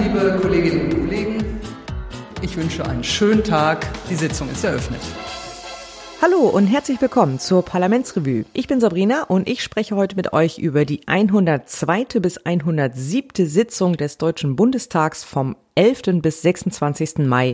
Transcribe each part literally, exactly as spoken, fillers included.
liebe Kolleginnen und Kollegen, ich wünsche einen schönen Tag. Die Sitzung ist eröffnet. Hallo und herzlich willkommen zur Parlamentsrevue. Ich bin Sabrina und ich spreche heute mit euch über die hundertzweite bis hundertsiebte Sitzung des Deutschen Bundestags vom elften bis sechsundzwanzigsten Mai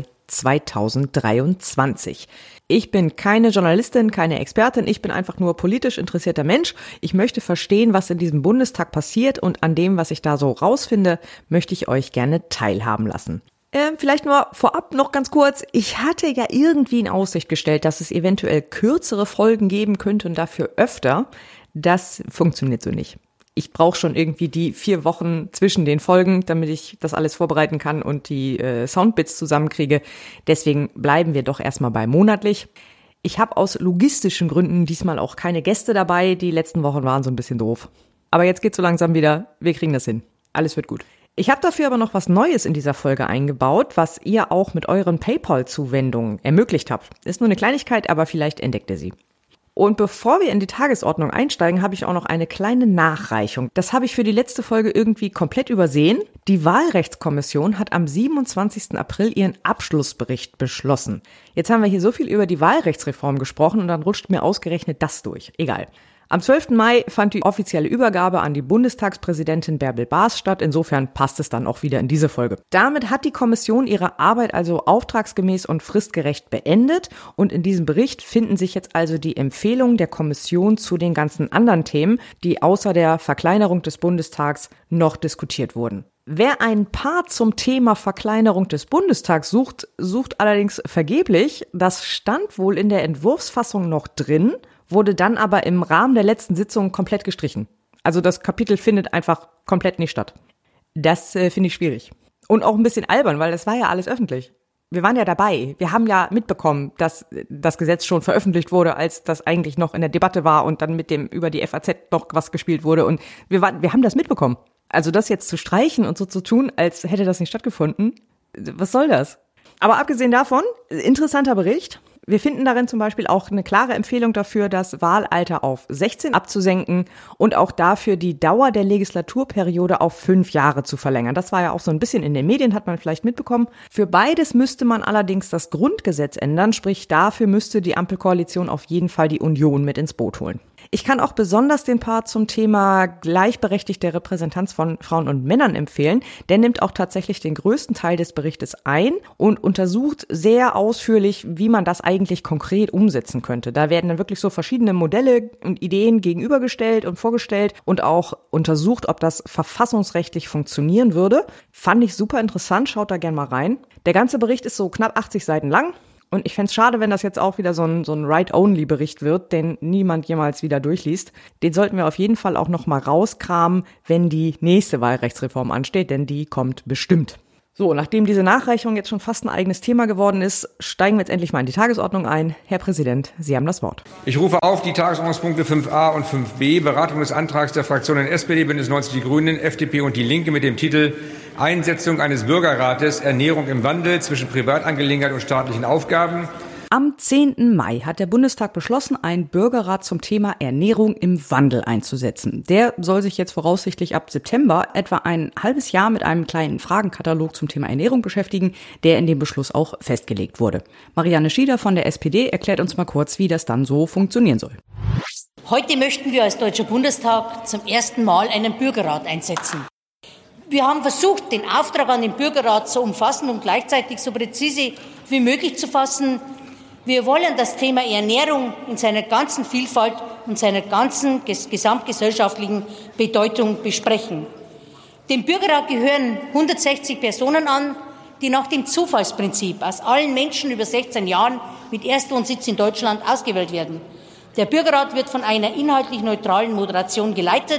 zweitausenddreiundzwanzig. Ich bin keine Journalistin, keine Expertin, ich bin einfach nur politisch interessierter Mensch. Ich möchte verstehen, was in diesem Bundestag passiert, und an dem, was ich da so rausfinde, möchte ich euch gerne teilhaben lassen. Äh, vielleicht nur vorab noch ganz kurz. Ich hatte ja irgendwie in Aussicht gestellt, dass es eventuell kürzere Folgen geben könnte und dafür öfter. Das funktioniert so nicht. Ich brauche schon irgendwie die vier Wochen zwischen den Folgen, damit ich das alles vorbereiten kann und die äh, Soundbits zusammenkriege. Deswegen bleiben wir doch erstmal bei monatlich. Ich habe aus logistischen Gründen diesmal auch keine Gäste dabei. Die letzten Wochen waren so ein bisschen doof. Aber jetzt geht's so langsam wieder. Wir kriegen das hin. Alles wird gut. Ich habe dafür aber noch was Neues in dieser Folge eingebaut, was ihr auch mit euren PayPal-Zuwendungen ermöglicht habt. Ist nur eine Kleinigkeit, aber vielleicht entdeckt ihr sie. Und bevor wir in die Tagesordnung einsteigen, habe ich auch noch eine kleine Nachreichung. Das habe ich für die letzte Folge irgendwie komplett übersehen. Die Wahlrechtskommission hat am siebenundzwanzigsten April ihren Abschlussbericht beschlossen. Jetzt haben wir hier so viel über die Wahlrechtsreform gesprochen und dann rutscht mir ausgerechnet das durch. Egal. Am zwölften Mai fand die offizielle Übergabe an die Bundestagspräsidentin Bärbel Baas statt. Insofern passt es dann auch wieder in diese Folge. Damit hat die Kommission ihre Arbeit also auftragsgemäß und fristgerecht beendet. Und in diesem Bericht finden sich jetzt also die Empfehlungen der Kommission zu den ganzen anderen Themen, die außer der Verkleinerung des Bundestags noch diskutiert wurden. Wer einen Part zum Thema Verkleinerung des Bundestags sucht, sucht allerdings vergeblich. Das stand wohl in der Entwurfsfassung noch drin, wurde dann aber im Rahmen der letzten Sitzung komplett gestrichen. Also das Kapitel findet einfach komplett nicht statt. Das äh, finde ich schwierig. Und auch ein bisschen albern, weil das war ja alles öffentlich. Wir waren ja dabei. Wir haben ja mitbekommen, dass das Gesetz schon veröffentlicht wurde, als das eigentlich noch in der Debatte war und dann mit dem über die F A Z noch was gespielt wurde. Und wir waren, wir haben das mitbekommen. Also das jetzt zu streichen und so zu tun, als hätte das nicht stattgefunden, was soll das? Aber abgesehen davon, interessanter Bericht. Wir finden darin zum Beispiel auch eine klare Empfehlung dafür, das Wahlalter auf sechzehn abzusenken und auch dafür die Dauer der Legislaturperiode auf fünf Jahre zu verlängern. Das war ja auch so ein bisschen in den Medien, hat man vielleicht mitbekommen. Für beides müsste man allerdings das Grundgesetz ändern, sprich dafür müsste die Ampelkoalition auf jeden Fall die Union mit ins Boot holen. Ich kann auch besonders den Part zum Thema gleichberechtigte Repräsentanz von Frauen und Männern empfehlen. Der nimmt auch tatsächlich den größten Teil des Berichtes ein und untersucht sehr ausführlich, wie man das eigentlich konkret umsetzen könnte. Da werden dann wirklich so verschiedene Modelle und Ideen gegenübergestellt und vorgestellt und auch untersucht, ob das verfassungsrechtlich funktionieren würde. Fand ich super interessant, schaut da gerne mal rein. Der ganze Bericht ist so knapp achtzig Seiten lang. Und ich fände es schade, wenn das jetzt auch wieder so ein, so ein Write-Only-Bericht wird, den niemand jemals wieder durchliest. Den sollten wir auf jeden Fall auch noch mal rauskramen, wenn die nächste Wahlrechtsreform ansteht, denn die kommt bestimmt. So, nachdem diese Nachreichung jetzt schon fast ein eigenes Thema geworden ist, steigen wir jetzt endlich mal in die Tagesordnung ein. Herr Präsident, Sie haben das Wort. Ich rufe auf die Tagesordnungspunkte fünf a und fünf b, Beratung des Antrags der Fraktionen S P D, Bündnis neunzig Die Grünen, F D P und Die Linke mit dem Titel Einsetzung eines Bürgerrates, Ernährung im Wandel zwischen Privatangelegenheit und staatlichen Aufgaben. Am zehnten Mai hat der Bundestag beschlossen, einen Bürgerrat zum Thema Ernährung im Wandel einzusetzen. Der soll sich jetzt voraussichtlich ab September etwa ein halbes Jahr mit einem kleinen Fragenkatalog zum Thema Ernährung beschäftigen, der in dem Beschluss auch festgelegt wurde. Marianne Schieder von der S P D erklärt uns mal kurz, wie das dann so funktionieren soll. Heute möchten wir als Deutscher Bundestag zum ersten Mal einen Bürgerrat einsetzen. Wir haben versucht, den Auftrag an den Bürgerrat so umfassend und gleichzeitig so präzise wie möglich zu fassen. Wir wollen das Thema Ernährung in seiner ganzen Vielfalt und seiner ganzen ges- gesamtgesellschaftlichen Bedeutung besprechen. Dem Bürgerrat gehören hundertsechzig Personen an, die nach dem Zufallsprinzip aus allen Menschen über sechzehn Jahren mit Erstwohnsitz in Deutschland ausgewählt werden. Der Bürgerrat wird von einer inhaltlich neutralen Moderation geleitet.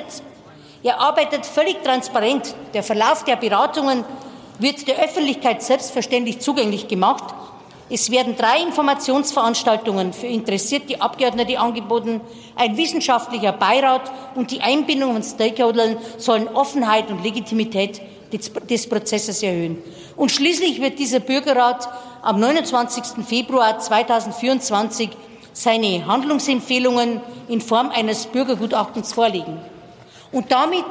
Er arbeitet völlig transparent. Der Verlauf der Beratungen wird der Öffentlichkeit selbstverständlich zugänglich gemacht. Es werden drei Informationsveranstaltungen für interessierte Abgeordnete angeboten. Ein wissenschaftlicher Beirat und die Einbindung von Stakeholdern sollen Offenheit und Legitimität des, des Prozesses erhöhen. Und schließlich wird dieser Bürgerrat am neunundzwanzigsten Februar zweitausendvierundzwanzig seine Handlungsempfehlungen in Form eines Bürgergutachtens vorlegen. Und damit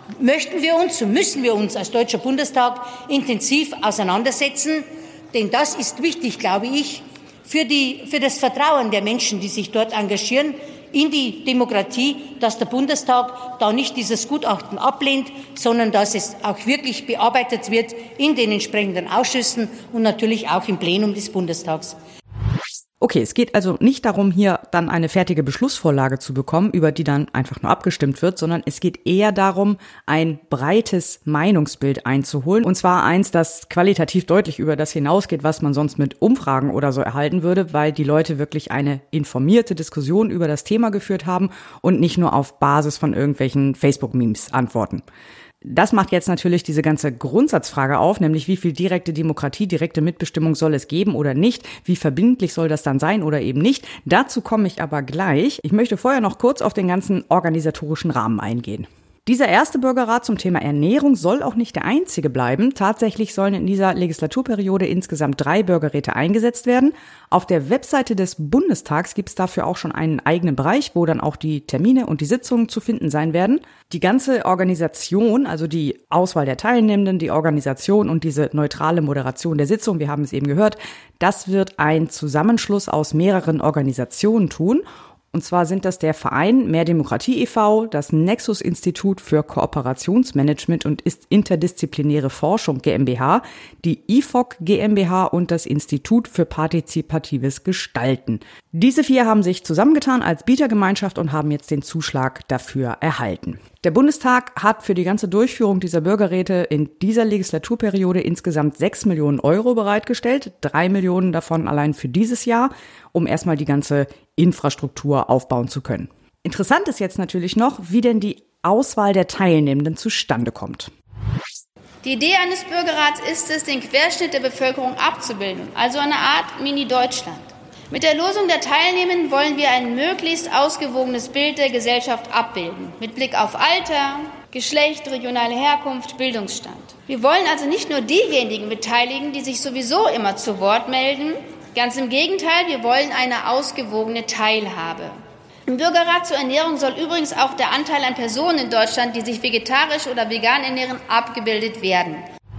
möchten wir uns, so müssen wir uns als Deutscher Bundestag intensiv auseinandersetzen, denn das ist wichtig, glaube ich, für die, für das Vertrauen der Menschen, die sich dort engagieren, in die Demokratie, dass der Bundestag da nicht dieses Gutachten ablehnt, sondern dass es auch wirklich bearbeitet wird in den entsprechenden Ausschüssen und natürlich auch im Plenum des Bundestags. Okay, es geht also nicht darum, hier dann eine fertige Beschlussvorlage zu bekommen, über die dann einfach nur abgestimmt wird, sondern es geht eher darum, ein breites Meinungsbild einzuholen. Und zwar eins, das qualitativ deutlich über das hinausgeht, was man sonst mit Umfragen oder so erhalten würde, weil die Leute wirklich eine informierte Diskussion über das Thema geführt haben und nicht nur auf Basis von irgendwelchen Facebook-Memes antworten. Das macht jetzt natürlich diese ganze Grundsatzfrage auf, nämlich wie viel direkte Demokratie, direkte Mitbestimmung soll es geben oder nicht? Wie verbindlich soll das dann sein oder eben nicht? Dazu komme ich aber gleich. Ich möchte vorher noch kurz auf den ganzen organisatorischen Rahmen eingehen. Dieser erste Bürgerrat zum Thema Ernährung soll auch nicht der einzige bleiben. Tatsächlich sollen in dieser Legislaturperiode insgesamt drei Bürgerräte eingesetzt werden. Auf der Webseite des Bundestags gibt es dafür auch schon einen eigenen Bereich, wo dann auch die Termine und die Sitzungen zu finden sein werden. Die ganze Organisation, also die Auswahl der Teilnehmenden, die Organisation und diese neutrale Moderation der Sitzung, wir haben es eben gehört, das wird ein Zusammenschluss aus mehreren Organisationen tun. Und zwar sind das der Verein Mehr Demokratie e V, das Nexus-Institut für Kooperationsmanagement und interdisziplinäre Forschung GmbH, die I F O C GmbH und das Institut für partizipatives Gestalten. Diese vier haben sich zusammengetan als Bietergemeinschaft und haben jetzt den Zuschlag dafür erhalten. Der Bundestag hat für die ganze Durchführung dieser Bürgerräte in dieser Legislaturperiode insgesamt sechs Millionen Euro bereitgestellt, drei Millionen davon allein für dieses Jahr, um erstmal die ganze Infrastruktur aufbauen zu können. Interessant ist jetzt natürlich noch, wie denn die Auswahl der Teilnehmenden zustande kommt. Die Idee eines Bürgerrats ist es, den Querschnitt der Bevölkerung abzubilden, also eine Art Mini-Deutschland. Mit der Losung der Teilnehmenden wollen wir ein möglichst ausgewogenes Bild der Gesellschaft abbilden, mit Blick auf Alter, Geschlecht, regionale Herkunft, Bildungsstand. Wir wollen also nicht nur diejenigen beteiligen, die sich sowieso immer zu Wort melden. Ganz im Gegenteil, wir wollen eine ausgewogene Teilhabe. Im Bürgerrat zur Ernährung soll übrigens auch der Anteil an Personen in Deutschland, die sich vegetarisch oder vegan ernähren, abgebildet werden.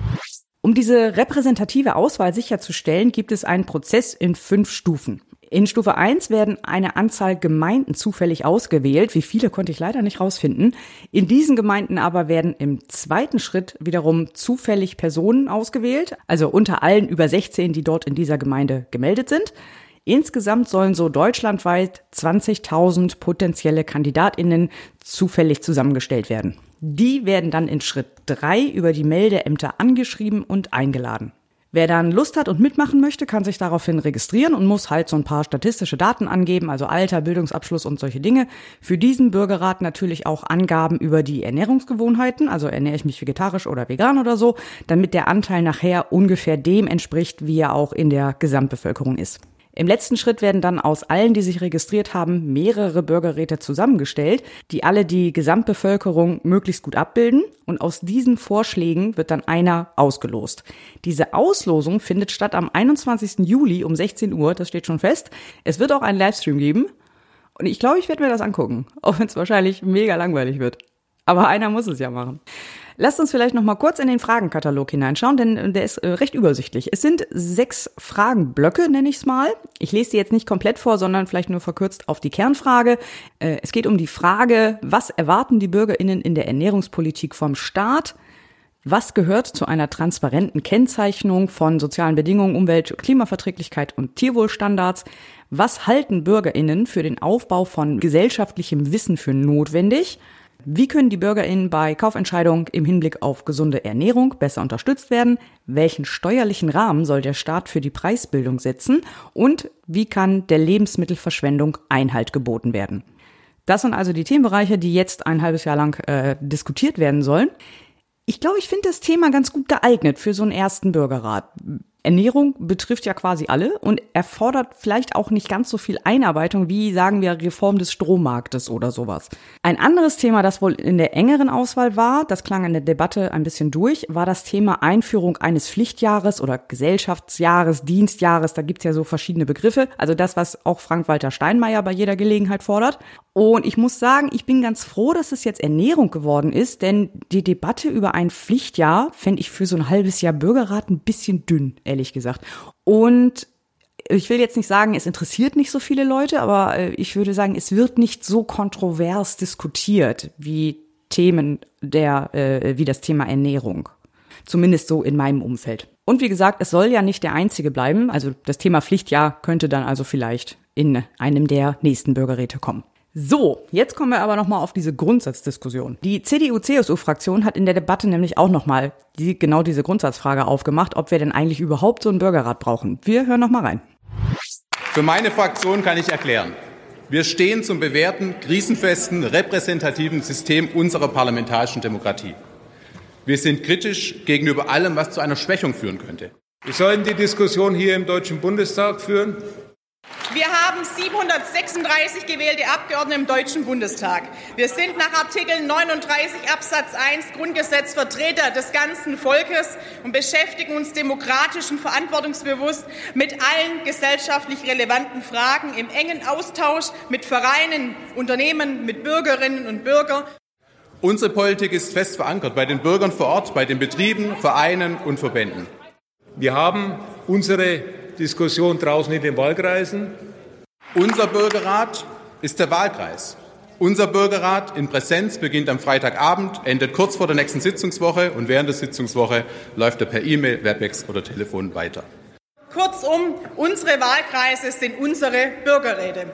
Um diese repräsentative Auswahl sicherzustellen, gibt es einen Prozess in fünf Stufen. In Stufe eins werden eine Anzahl Gemeinden zufällig ausgewählt. Wie viele konnte ich leider nicht rausfinden. In diesen Gemeinden aber werden im zweiten Schritt wiederum zufällig Personen ausgewählt, also unter allen über sechzehn, die dort in dieser Gemeinde gemeldet sind. Insgesamt sollen so deutschlandweit zwanzigtausend potenzielle KandidatInnen zufällig zusammengestellt werden. Die werden dann in Schritt drei über die Meldeämter angeschrieben und eingeladen. Wer dann Lust hat und mitmachen möchte, kann sich daraufhin registrieren und muss halt so ein paar statistische Daten angeben, also Alter, Bildungsabschluss und solche Dinge. Für diesen Bürgerrat natürlich auch Angaben über die Ernährungsgewohnheiten, also ernähre ich mich vegetarisch oder vegan oder so, damit der Anteil nachher ungefähr dem entspricht, wie er auch in der Gesamtbevölkerung ist. Im letzten Schritt werden dann aus allen, die sich registriert haben, mehrere Bürgerräte zusammengestellt, die alle die Gesamtbevölkerung möglichst gut abbilden. Und aus diesen Vorschlägen wird dann einer ausgelost. Diese Auslosung findet statt am einundzwanzigsten Juli um sechzehn Uhr, das steht schon fest. Es wird auch einen Livestream geben. Und ich glaube, ich werde mir das angucken, auch wenn es wahrscheinlich mega langweilig wird. Aber einer muss es ja machen. Lasst uns vielleicht noch mal kurz in den Fragenkatalog hineinschauen, denn der ist äh, recht übersichtlich. Es sind sechs Fragenblöcke, nenne ich es mal. Ich lese die jetzt nicht komplett vor, sondern vielleicht nur verkürzt auf die Kernfrage. Äh, es geht um die Frage, was erwarten die BürgerInnen in der Ernährungspolitik vom Staat? Was gehört zu einer transparenten Kennzeichnung von sozialen Bedingungen, Umwelt, Klimaverträglichkeit und Tierwohlstandards? Was halten BürgerInnen für den Aufbau von gesellschaftlichem Wissen für notwendig? Wie können die BürgerInnen bei Kaufentscheidungen im Hinblick auf gesunde Ernährung besser unterstützt werden? Welchen steuerlichen Rahmen soll der Staat für die Preisbildung setzen? Und wie kann der Lebensmittelverschwendung Einhalt geboten werden? Das sind also die Themenbereiche, die jetzt ein halbes Jahr lang äh, diskutiert werden sollen. Ich glaube, ich finde das Thema ganz gut geeignet für so einen ersten Bürgerrat. Ernährung betrifft ja quasi alle und erfordert vielleicht auch nicht ganz so viel Einarbeitung wie, sagen wir, Reform des Strommarktes oder sowas. Ein anderes Thema, das wohl in der engeren Auswahl war, das klang in der Debatte ein bisschen durch, war das Thema Einführung eines Pflichtjahres oder Gesellschaftsjahres, Dienstjahres, da gibt's ja so verschiedene Begriffe, also das, was auch Frank-Walter Steinmeier bei jeder Gelegenheit fordert. Und ich muss sagen, ich bin ganz froh, dass es jetzt Ernährung geworden ist, denn die Debatte über ein Pflichtjahr fände ich für so ein halbes Jahr Bürgerrat ein bisschen dünn, ehrlich gesagt. Und ich will jetzt nicht sagen, es interessiert nicht so viele Leute, aber ich würde sagen, es wird nicht so kontrovers diskutiert wie Themen der, äh, wie das Thema Ernährung. Zumindest so in meinem Umfeld. Und wie gesagt, es soll ja nicht der einzige bleiben. Also das Thema Pflichtjahr könnte dann also vielleicht in einem der nächsten Bürgerräte kommen. So, jetzt kommen wir aber nochmal auf diese Grundsatzdiskussion. Die C D U-C S U-Fraktion hat in der Debatte nämlich auch nochmal die, genau diese Grundsatzfrage aufgemacht, ob wir denn eigentlich überhaupt so einen Bürgerrat brauchen. Wir hören nochmal rein. Für meine Fraktion kann ich erklären, wir stehen zum bewährten, krisenfesten, repräsentativen System unserer parlamentarischen Demokratie. Wir sind kritisch gegenüber allem, was zu einer Schwächung führen könnte. Wir sollten die Diskussion hier im Deutschen Bundestag führen. Wir haben siebenhundertsechsunddreißig gewählte Abgeordnete im Deutschen Bundestag. Wir sind nach Artikel neununddreißig Absatz eins Grundgesetz Vertreter des ganzen Volkes und beschäftigen uns demokratisch und verantwortungsbewusst mit allen gesellschaftlich relevanten Fragen im engen Austausch mit Vereinen, Unternehmen, mit Bürgerinnen und Bürgern. Unsere Politik ist fest verankert bei den Bürgern vor Ort, bei den Betrieben, Vereinen und Verbänden. Wir haben unsere Diskussion draußen in den Wahlkreisen. Unser Bürgerrat ist der Wahlkreis. Unser Bürgerrat in Präsenz beginnt am Freitagabend, endet kurz vor der nächsten Sitzungswoche und während der Sitzungswoche läuft er per E-Mail, Webex oder Telefon weiter. Kurzum, unsere Wahlkreise sind unsere Bürgerräte.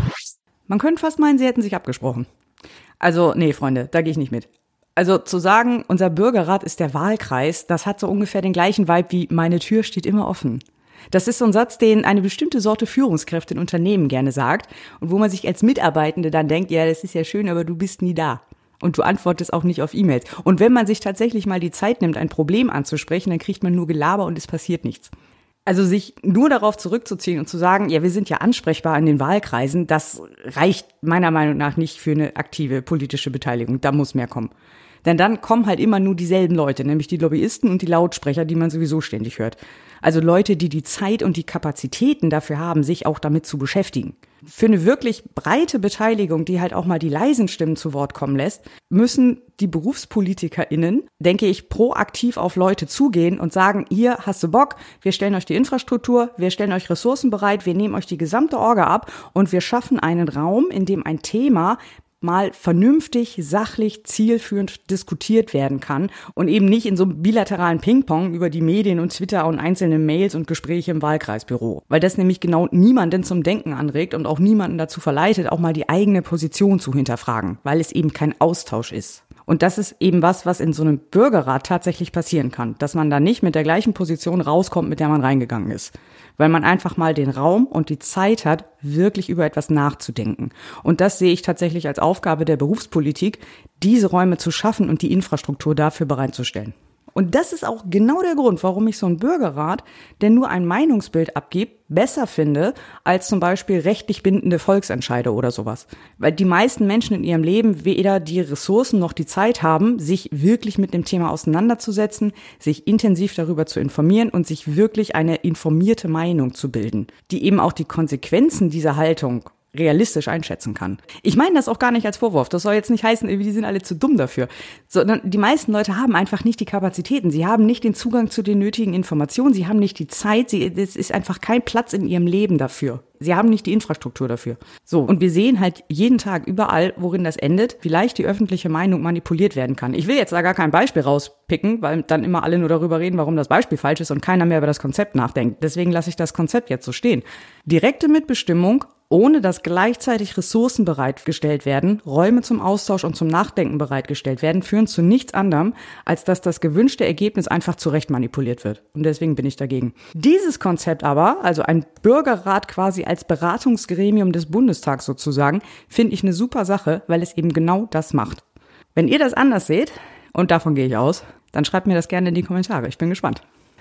Man könnte fast meinen, sie hätten sich abgesprochen. Also, nee, Freunde, da gehe ich nicht mit. Also zu sagen, unser Bürgerrat ist der Wahlkreis, das hat so ungefähr den gleichen Vibe wie meine Tür steht immer offen. Das ist so ein Satz, den eine bestimmte Sorte Führungskräfte in Unternehmen gerne sagt und wo man sich als Mitarbeitende dann denkt, ja, das ist ja schön, aber du bist nie da. Und du antwortest auch nicht auf E-Mails. Und wenn man sich tatsächlich mal die Zeit nimmt, ein Problem anzusprechen, dann kriegt man nur Gelaber und es passiert nichts. Also sich nur darauf zurückzuziehen und zu sagen, ja, wir sind ja ansprechbar in den Wahlkreisen, das reicht meiner Meinung nach nicht für eine aktive politische Beteiligung. Da muss mehr kommen. Denn dann kommen halt immer nur dieselben Leute, nämlich die Lobbyisten und die Lautsprecher, die man sowieso ständig hört. Also Leute, die die Zeit und die Kapazitäten dafür haben, sich auch damit zu beschäftigen. Für eine wirklich breite Beteiligung, die halt auch mal die leisen Stimmen zu Wort kommen lässt, müssen die BerufspolitikerInnen, denke ich, proaktiv auf Leute zugehen und sagen, hier hast du Bock, wir stellen euch die Infrastruktur, wir stellen euch Ressourcen bereit, wir nehmen euch die gesamte Orga ab und wir schaffen einen Raum, in dem ein Thema mal vernünftig, sachlich, zielführend diskutiert werden kann und eben nicht in so einem bilateralen Ping-Pong über die Medien und Twitter und einzelne Mails und Gespräche im Wahlkreisbüro. Weil das nämlich genau niemanden zum Denken anregt und auch niemanden dazu verleitet, auch mal die eigene Position zu hinterfragen, weil es eben kein Austausch ist. Und das ist eben was, was in so einem Bürgerrat tatsächlich passieren kann, dass man da nicht mit der gleichen Position rauskommt, mit der man reingegangen ist. Weil man einfach mal den Raum und die Zeit hat, wirklich über etwas nachzudenken. Und das sehe ich tatsächlich als Aufgabe der Berufspolitik, diese Räume zu schaffen und die Infrastruktur dafür bereitzustellen. Und das ist auch genau der Grund, warum ich so einen Bürgerrat, der nur ein Meinungsbild abgibt, besser finde, als zum Beispiel rechtlich bindende Volksentscheide oder sowas. Weil die meisten Menschen in ihrem Leben weder die Ressourcen noch die Zeit haben, sich wirklich mit dem Thema auseinanderzusetzen, sich intensiv darüber zu informieren und sich wirklich eine informierte Meinung zu bilden, die eben auch die Konsequenzen dieser Haltung realistisch einschätzen kann. Ich meine das auch gar nicht als Vorwurf. Das soll jetzt nicht heißen, die sind alle zu dumm dafür. Sondern die meisten Leute haben einfach nicht die Kapazitäten. Sie haben nicht den Zugang zu den nötigen Informationen. Sie haben nicht die Zeit. Sie, es ist einfach kein Platz in ihrem Leben dafür. Sie haben nicht die Infrastruktur dafür. So. Und wir sehen halt jeden Tag überall, worin das endet, wie leicht die öffentliche Meinung manipuliert werden kann. Ich will jetzt da gar kein Beispiel rauspicken, weil dann immer alle nur darüber reden, warum das Beispiel falsch ist und keiner mehr über das Konzept nachdenkt. Deswegen lasse ich das Konzept jetzt so stehen. Direkte Mitbestimmung, ohne dass gleichzeitig Ressourcen bereitgestellt werden, Räume zum Austausch und zum Nachdenken bereitgestellt werden, führen zu nichts anderem, als dass das gewünschte Ergebnis einfach zurecht manipuliert wird. Und deswegen bin ich dagegen. Dieses Konzept aber, also ein Bürgerrat quasi als Beratungsgremium des Bundestags sozusagen, finde ich eine super Sache, weil es eben genau das macht. Wenn ihr das anders seht, und davon gehe ich aus, dann schreibt mir das gerne in die Kommentare. Ich bin gespannt.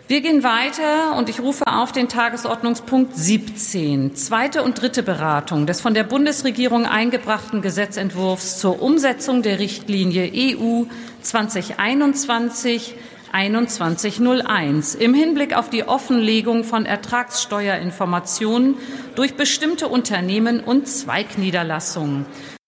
Wir gehen weiter und ich rufe auf den Tagesordnungspunkt siebzehn, zweite und dritte Beratung des von der Bundesregierung eingebrachten Gesetzentwurfs zur Umsetzung der Richtlinie E U zwanzig einundzwanzig einundzwanzig null eins im Hinblick auf die Offenlegung von Ertragssteuerinformationen durch bestimmte Unternehmen und Zweigniederlassungen.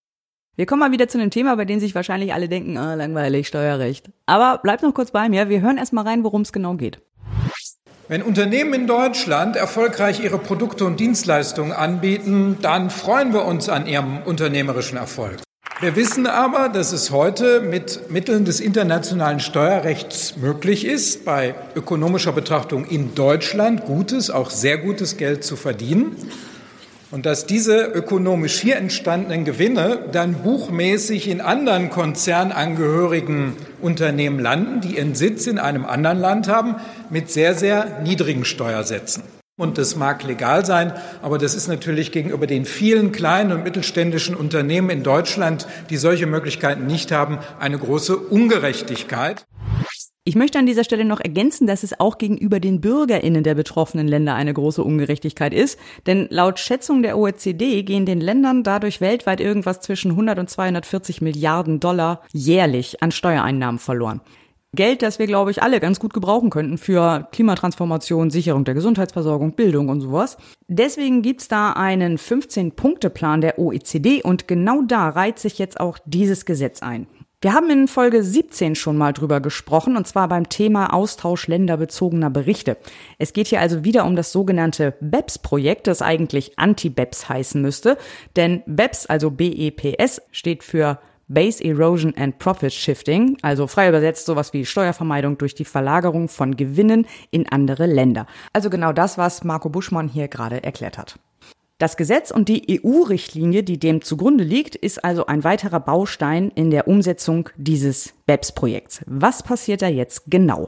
Wir kommen mal wieder zu einem Thema, bei dem sich wahrscheinlich alle denken, ah, langweilig, Steuerrecht. Aber bleibt noch kurz bei mir, wir hören erst mal rein, worum es genau geht. Wenn Unternehmen in Deutschland erfolgreich ihre Produkte und Dienstleistungen anbieten, dann freuen wir uns an ihrem unternehmerischen Erfolg. Wir wissen aber, dass es heute mit Mitteln des internationalen Steuerrechts möglich ist, bei ökonomischer Betrachtung in Deutschland gutes, auch sehr gutes Geld zu verdienen. Und dass diese ökonomisch hier entstandenen Gewinne dann buchmäßig in anderen konzernangehörigen Unternehmen landen, die ihren Sitz in einem anderen Land haben, mit sehr, sehr niedrigen Steuersätzen. Und das mag legal sein, aber das ist natürlich gegenüber den vielen kleinen und mittelständischen Unternehmen in Deutschland, die solche Möglichkeiten nicht haben, eine große Ungerechtigkeit. Ich möchte an dieser Stelle noch ergänzen, dass es auch gegenüber den BürgerInnen der betroffenen Länder eine große Ungerechtigkeit ist. Denn laut Schätzung der O E C D gehen den Ländern dadurch weltweit irgendwas zwischen hundert und zweihundertvierzig Milliarden Dollar jährlich an Steuereinnahmen verloren. Geld, das wir, glaube ich, alle ganz gut gebrauchen könnten für Klimatransformation, Sicherung der Gesundheitsversorgung, Bildung und sowas. Deswegen gibt's da einen fünfzehn-Punkte-Plan der O E C D und genau da reiht sich jetzt auch dieses Gesetz ein. Wir haben in Folge siebzehn schon mal drüber gesprochen, und zwar beim Thema Austausch länderbezogener Berichte. Es geht hier also wieder um das sogenannte B E P S-Projekt, das eigentlich Anti-B E P S heißen müsste. Denn B E P S, also B E P S, steht für Base Erosion and Profit Shifting, also frei übersetzt sowas wie Steuervermeidung durch die Verlagerung von Gewinnen in andere Länder. Also genau das, was Marco Buschmann hier gerade erklärt hat. Das Gesetz und die E U-Richtlinie, die dem zugrunde liegt, ist also ein weiterer Baustein in der Umsetzung dieses B E P S-Projekts. Was passiert da jetzt genau?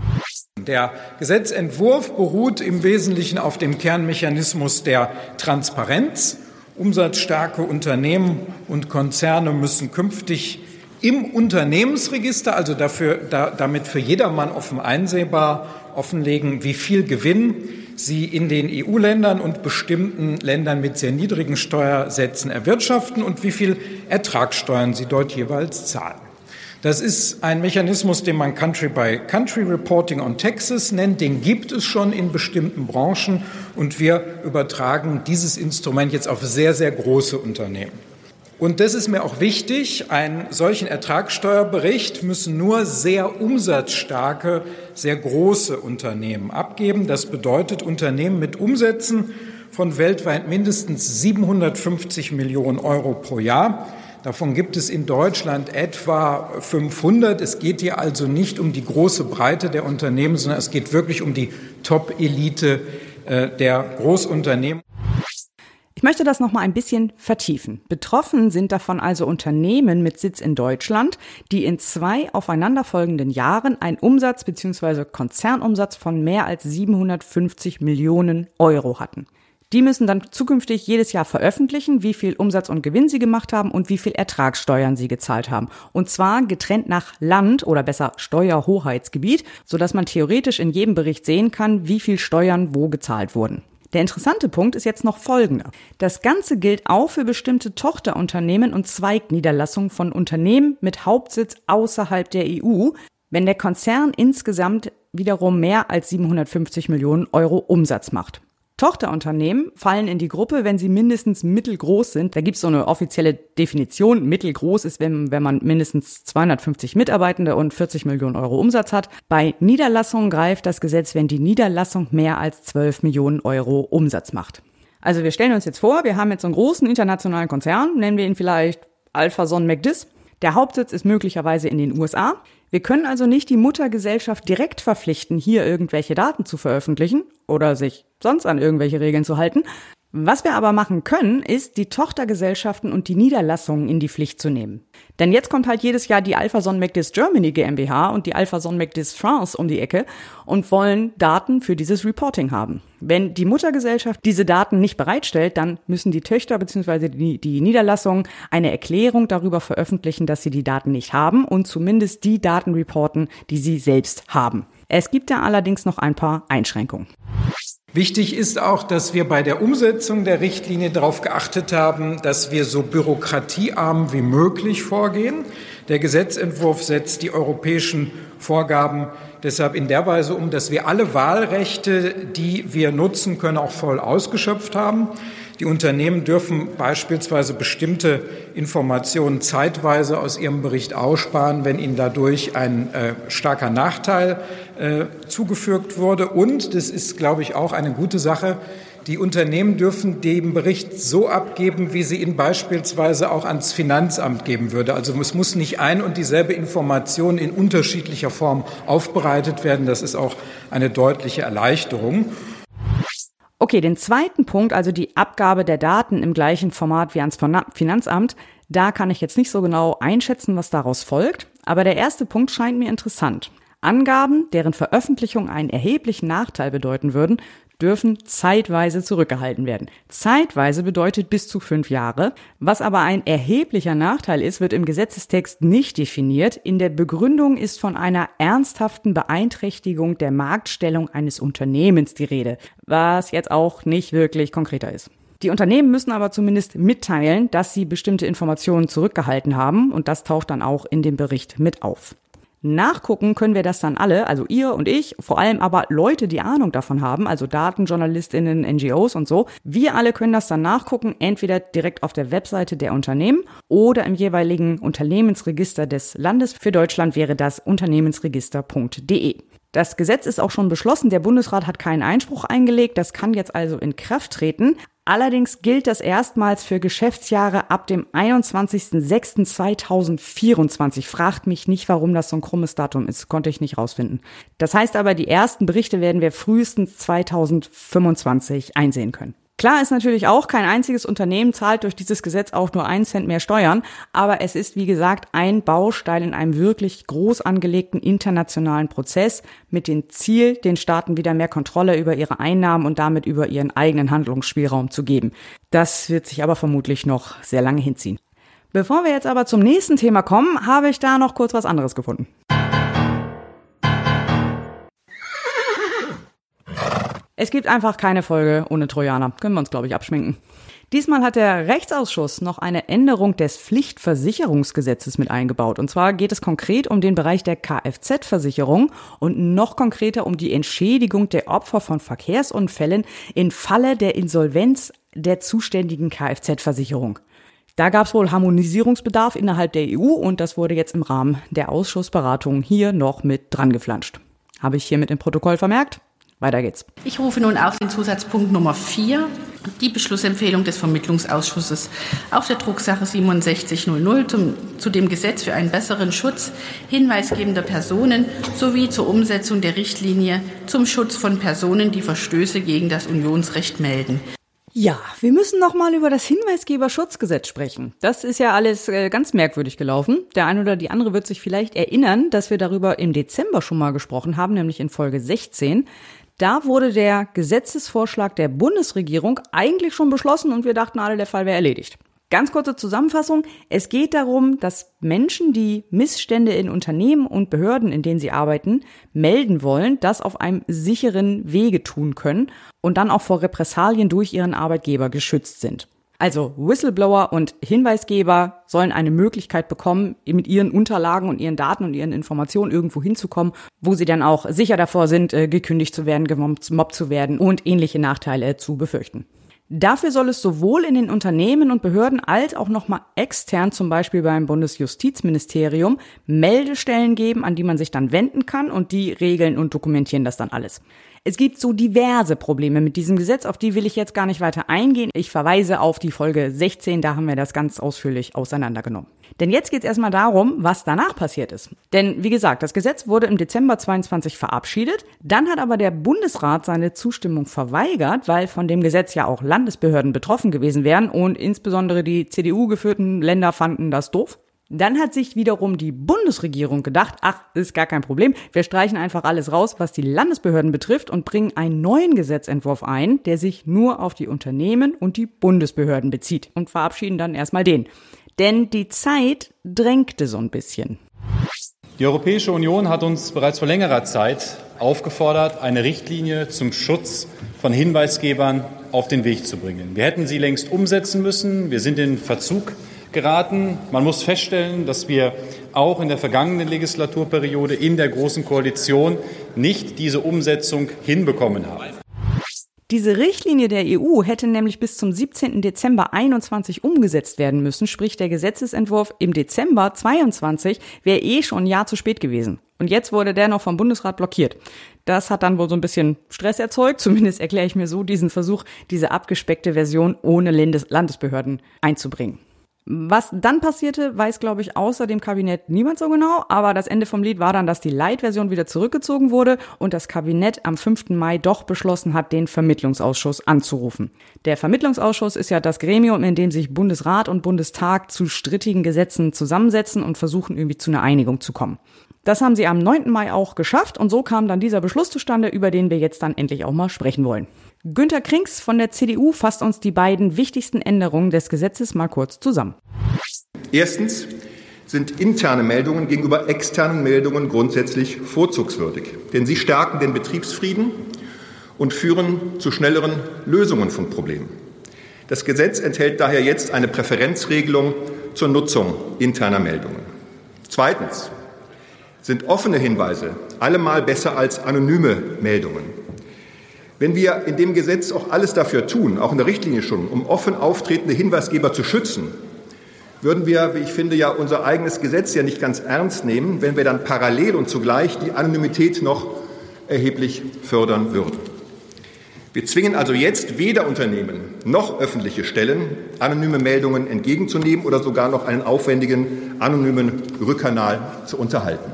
Der Gesetzentwurf beruht im Wesentlichen auf dem Kernmechanismus der Transparenz. Umsatzstarke Unternehmen und Konzerne müssen künftig im Unternehmensregister, also dafür, da, damit für jedermann offen einsehbar, offenlegen, wie viel Gewinn sie in den E U-Ländern und bestimmten Ländern mit sehr niedrigen Steuersätzen erwirtschaften und wie viel Ertragssteuern sie dort jeweils zahlen. Das ist ein Mechanismus, den man Country-by-Country-Reporting on Taxes nennt. Den gibt es schon in bestimmten Branchen und wir übertragen dieses Instrument jetzt auf sehr, sehr große Unternehmen. Und das ist mir auch wichtig, einen solchen Ertragssteuerbericht müssen nur sehr umsatzstarke, sehr große Unternehmen abgeben. Das bedeutet Unternehmen mit Umsätzen von weltweit mindestens siebenhundertfünfzig Millionen Euro pro Jahr. Davon gibt es in Deutschland etwa fünfhundert. Es geht hier also nicht um die große Breite der Unternehmen, sondern es geht wirklich um die Top-Elite äh, der Großunternehmen. Ich möchte das noch mal ein bisschen vertiefen. Betroffen sind davon also Unternehmen mit Sitz in Deutschland, die in zwei aufeinanderfolgenden Jahren einen Umsatz bzw. Konzernumsatz von mehr als siebenhundertfünfzig Millionen Euro hatten. Die müssen dann zukünftig jedes Jahr veröffentlichen, wie viel Umsatz und Gewinn sie gemacht haben und wie viel Ertragssteuern sie gezahlt haben. Und zwar getrennt nach Land oder besser Steuerhoheitsgebiet, sodass man theoretisch in jedem Bericht sehen kann, wie viel Steuern wo gezahlt wurden. Der interessante Punkt ist jetzt noch folgender. Das Ganze gilt auch für bestimmte Tochterunternehmen und Zweigniederlassungen von Unternehmen mit Hauptsitz außerhalb der E U, wenn der Konzern insgesamt wiederum mehr als siebenhundertfünfzig Millionen Euro Umsatz macht. Tochterunternehmen fallen in die Gruppe, wenn sie mindestens mittelgroß sind. Da gibt es so eine offizielle Definition. Mittelgroß ist, wenn, wenn man mindestens zweihundertfünfzig Mitarbeitende und vierzig Millionen Euro Umsatz hat. Bei Niederlassungen greift das Gesetz, wenn die Niederlassung mehr als zwölf Millionen Euro Umsatz macht. Also wir stellen uns jetzt vor, wir haben jetzt so einen großen internationalen Konzern, nennen wir ihn vielleicht Alphason McDis. Der Hauptsitz ist möglicherweise in den U S A. Wir können also nicht die Muttergesellschaft direkt verpflichten, hier irgendwelche Daten zu veröffentlichen oder sich sonst an irgendwelche Regeln zu halten. Was wir aber machen können, ist, die Tochtergesellschaften und die Niederlassungen in die Pflicht zu nehmen. Denn jetzt kommt halt jedes Jahr die Alphason McDis Germany GmbH und die Alphason McDis France um die Ecke und wollen Daten für dieses Reporting haben. Wenn die Muttergesellschaft diese Daten nicht bereitstellt, dann müssen die Töchter bzw. die, die Niederlassungen eine Erklärung darüber veröffentlichen, dass sie die Daten nicht haben und zumindest die Daten reporten, die sie selbst haben. Es gibt da allerdings noch ein paar Einschränkungen. Wichtig ist auch, dass wir bei der Umsetzung der Richtlinie darauf geachtet haben, dass wir so bürokratiearm wie möglich vorgehen. Der Gesetzentwurf setzt die europäischen Vorgaben deshalb in der Weise um, dass wir alle Wahlrechte, die wir nutzen können, auch voll ausgeschöpft haben. Die Unternehmen dürfen beispielsweise bestimmte Informationen zeitweise aus ihrem Bericht aussparen, wenn ihnen dadurch ein äh, starker Nachteil äh, zugefügt wurde. Und, das ist, glaube ich, auch eine gute Sache, die Unternehmen dürfen den Bericht so abgeben, wie sie ihn beispielsweise auch ans Finanzamt geben würde. Also es muss nicht ein und dieselbe Information in unterschiedlicher Form aufbereitet werden. Das ist auch eine deutliche Erleichterung. Okay, den zweiten Punkt, also die Abgabe der Daten im gleichen Format wie ans Finanzamt, da kann ich jetzt nicht so genau einschätzen, was daraus folgt. Aber der erste Punkt scheint mir interessant. Angaben, deren Veröffentlichung einen erheblichen Nachteil bedeuten würden, dürfen zeitweise zurückgehalten werden. Zeitweise bedeutet bis zu fünf Jahre. Was aber ein erheblicher Nachteil ist, wird im Gesetzestext nicht definiert. In der Begründung ist von einer ernsthaften Beeinträchtigung der Marktstellung eines Unternehmens die Rede, was jetzt auch nicht wirklich konkreter ist. Die Unternehmen müssen aber zumindest mitteilen, dass sie bestimmte Informationen zurückgehalten haben, und das taucht dann auch in dem Bericht mit auf. Nachgucken können wir das dann alle, also ihr und ich, vor allem aber Leute, die Ahnung davon haben, also DatenjournalistInnen, N G Os und so. Wir alle können das dann nachgucken, entweder direkt auf der Webseite der Unternehmen oder im jeweiligen Unternehmensregister des Landes. Für Deutschland wäre das unternehmensregister punkt de. Das Gesetz ist auch schon beschlossen, der Bundesrat hat keinen Einspruch eingelegt, das kann jetzt also in Kraft treten. Allerdings gilt das erstmals für Geschäftsjahre ab dem einundzwanzigsten sechsten zweitausendvierundzwanzig. Fragt mich nicht, warum das so ein krummes Datum ist, konnte ich nicht rausfinden. Das heißt aber, die ersten Berichte werden wir frühestens zweitausendfünfundzwanzig einsehen können. Klar ist natürlich auch, kein einziges Unternehmen zahlt durch dieses Gesetz auch nur einen Cent mehr Steuern, aber es ist, wie gesagt, ein Baustein in einem wirklich groß angelegten internationalen Prozess mit dem Ziel, den Staaten wieder mehr Kontrolle über ihre Einnahmen und damit über ihren eigenen Handlungsspielraum zu geben. Das wird sich aber vermutlich noch sehr lange hinziehen. Bevor wir jetzt aber zum nächsten Thema kommen, habe ich da noch kurz was anderes gefunden. Es gibt einfach keine Folge ohne Trojaner. Können wir uns, glaube ich, abschminken. Diesmal hat der Rechtsausschuss noch eine Änderung des Pflichtversicherungsgesetzes mit eingebaut. Und zwar geht es konkret um den Bereich der Kfz-Versicherung und noch konkreter um die Entschädigung der Opfer von Verkehrsunfällen im Falle der Insolvenz der zuständigen Kfz-Versicherung. Da gab es wohl Harmonisierungsbedarf innerhalb der E U und das wurde jetzt im Rahmen der Ausschussberatung hier noch mit dran geflanscht. Habe ich hiermit im Protokoll vermerkt? Weiter geht's. Ich rufe nun auf den Zusatzpunkt Nummer vier, die Beschlussempfehlung des Vermittlungsausschusses auf der Drucksache siebenundsechzig null null zum, zu dem Gesetz für einen besseren Schutz hinweisgebender Personen sowie zur Umsetzung der Richtlinie zum Schutz von Personen, die Verstöße gegen das Unionsrecht melden. Ja, wir müssen noch mal über das Hinweisgeberschutzgesetz sprechen. Das ist ja alles äh, ganz merkwürdig gelaufen. Der eine oder die andere wird sich vielleicht erinnern, dass wir darüber im Dezember schon mal gesprochen haben, nämlich in Folge sechzehn. Da wurde der Gesetzesvorschlag der Bundesregierung eigentlich schon beschlossen und wir dachten alle, der Fall wäre erledigt. Ganz kurze Zusammenfassung. Es geht darum, dass Menschen, die Missstände in Unternehmen und Behörden, in denen sie arbeiten, melden wollen, das auf einem sicheren Wege tun können und dann auch vor Repressalien durch ihren Arbeitgeber geschützt sind. Also Whistleblower und Hinweisgeber sollen eine Möglichkeit bekommen, mit ihren Unterlagen und ihren Daten und ihren Informationen irgendwo hinzukommen, wo sie dann auch sicher davor sind, gekündigt zu werden, gemobbt zu werden und ähnliche Nachteile zu befürchten. Dafür soll es sowohl in den Unternehmen und Behörden als auch nochmal extern, zum Beispiel beim Bundesjustizministerium, Meldestellen geben, an die man sich dann wenden kann und die regeln und dokumentieren das dann alles. Es gibt so diverse Probleme mit diesem Gesetz, auf die will ich jetzt gar nicht weiter eingehen. Ich verweise auf die Folge sechzehn, da haben wir das ganz ausführlich auseinandergenommen. Denn jetzt geht es erstmal darum, was danach passiert ist. Denn wie gesagt, das Gesetz wurde im Dezember zweiundzwanzig verabschiedet. Dann hat aber der Bundesrat seine Zustimmung verweigert, weil von dem Gesetz ja auch Landesbehörden betroffen gewesen wären und insbesondere die C D U-geführten Länder fanden das doof. Dann hat sich wiederum die Bundesregierung gedacht, ach, ist gar kein Problem, wir streichen einfach alles raus, was die Landesbehörden betrifft und bringen einen neuen Gesetzentwurf ein, der sich nur auf die Unternehmen und die Bundesbehörden bezieht und verabschieden dann erstmal den. Denn die Zeit drängte so ein bisschen. Die Europäische Union hat uns bereits vor längerer Zeit aufgefordert, eine Richtlinie zum Schutz von Hinweisgebern auf den Weg zu bringen. Wir hätten sie längst umsetzen müssen. Wir sind in Verzug geraten. Man muss feststellen, dass wir auch in der vergangenen Legislaturperiode in der Großen Koalition nicht diese Umsetzung hinbekommen haben. Diese Richtlinie der E U hätte nämlich bis zum siebzehnten Dezember einundzwanzig umgesetzt werden müssen, sprich der Gesetzesentwurf im Dezember zweiundzwanzig wäre eh schon ein Jahr zu spät gewesen. Und jetzt wurde der noch vom Bundesrat blockiert. Das hat dann wohl so ein bisschen Stress erzeugt, zumindest erkläre ich mir so diesen Versuch, diese abgespeckte Version ohne Landes- Landesbehörden einzubringen. Was dann passierte, weiß, glaube ich, außer dem Kabinett niemand so genau. Aber das Ende vom Lied war dann, dass die Light-Version wieder zurückgezogen wurde und das Kabinett am fünften Mai doch beschlossen hat, den Vermittlungsausschuss anzurufen. Der Vermittlungsausschuss ist ja das Gremium, in dem sich Bundesrat und Bundestag zu strittigen Gesetzen zusammensetzen und versuchen, irgendwie zu einer Einigung zu kommen. Das haben sie am neunten Mai auch geschafft und so kam dann dieser Beschluss zustande, über den wir jetzt dann endlich auch mal sprechen wollen. Günter Krings von der C D U fasst uns die beiden wichtigsten Änderungen des Gesetzes mal kurz zusammen. Erstens sind interne Meldungen gegenüber externen Meldungen grundsätzlich vorzugswürdig, denn sie stärken den Betriebsfrieden und führen zu schnelleren Lösungen von Problemen. Das Gesetz enthält daher jetzt eine Präferenzregelung zur Nutzung interner Meldungen. Zweitens sind offene Hinweise allemal besser als anonyme Meldungen. Wenn wir in dem Gesetz auch alles dafür tun, auch in der Richtlinie schon, um offen auftretende Hinweisgeber zu schützen, würden wir, wie ich finde, ja unser eigenes Gesetz ja nicht ganz ernst nehmen, wenn wir dann parallel und zugleich die Anonymität noch erheblich fördern würden. Wir zwingen also jetzt weder Unternehmen noch öffentliche Stellen, anonyme Meldungen entgegenzunehmen oder sogar noch einen aufwendigen anonymen Rückkanal zu unterhalten.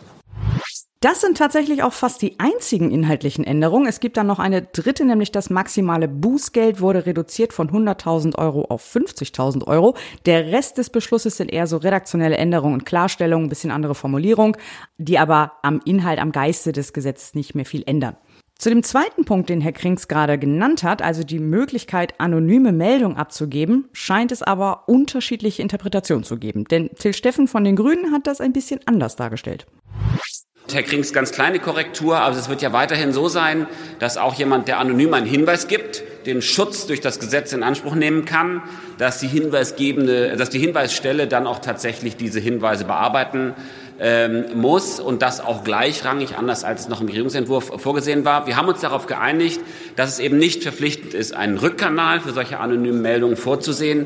Das sind tatsächlich auch fast die einzigen inhaltlichen Änderungen. Es gibt dann noch eine dritte, nämlich das maximale Bußgeld wurde reduziert von hunderttausend Euro auf fünfzigtausend Euro. Der Rest des Beschlusses sind eher so redaktionelle Änderungen und Klarstellungen, ein bisschen andere Formulierung, die aber am Inhalt, am Geiste des Gesetzes nicht mehr viel ändern. Zu dem zweiten Punkt, den Herr Krings gerade genannt hat, also die Möglichkeit, anonyme Meldungen abzugeben, scheint es aber unterschiedliche Interpretationen zu geben. Denn Till Steffen von den Grünen hat das ein bisschen anders dargestellt. Herr Krings, ganz kleine Korrektur, aber es wird ja weiterhin so sein, dass auch jemand, der anonym einen Hinweis gibt, den Schutz durch das Gesetz in Anspruch nehmen kann, dass die Hinweisgebende, dass die Hinweisstelle dann auch tatsächlich diese Hinweise bearbeiten ähm, muss und das auch gleichrangig, anders als es noch im Regierungsentwurf vorgesehen war. Wir haben uns darauf geeinigt, dass es eben nicht verpflichtend ist, einen Rückkanal für solche anonymen Meldungen vorzusehen.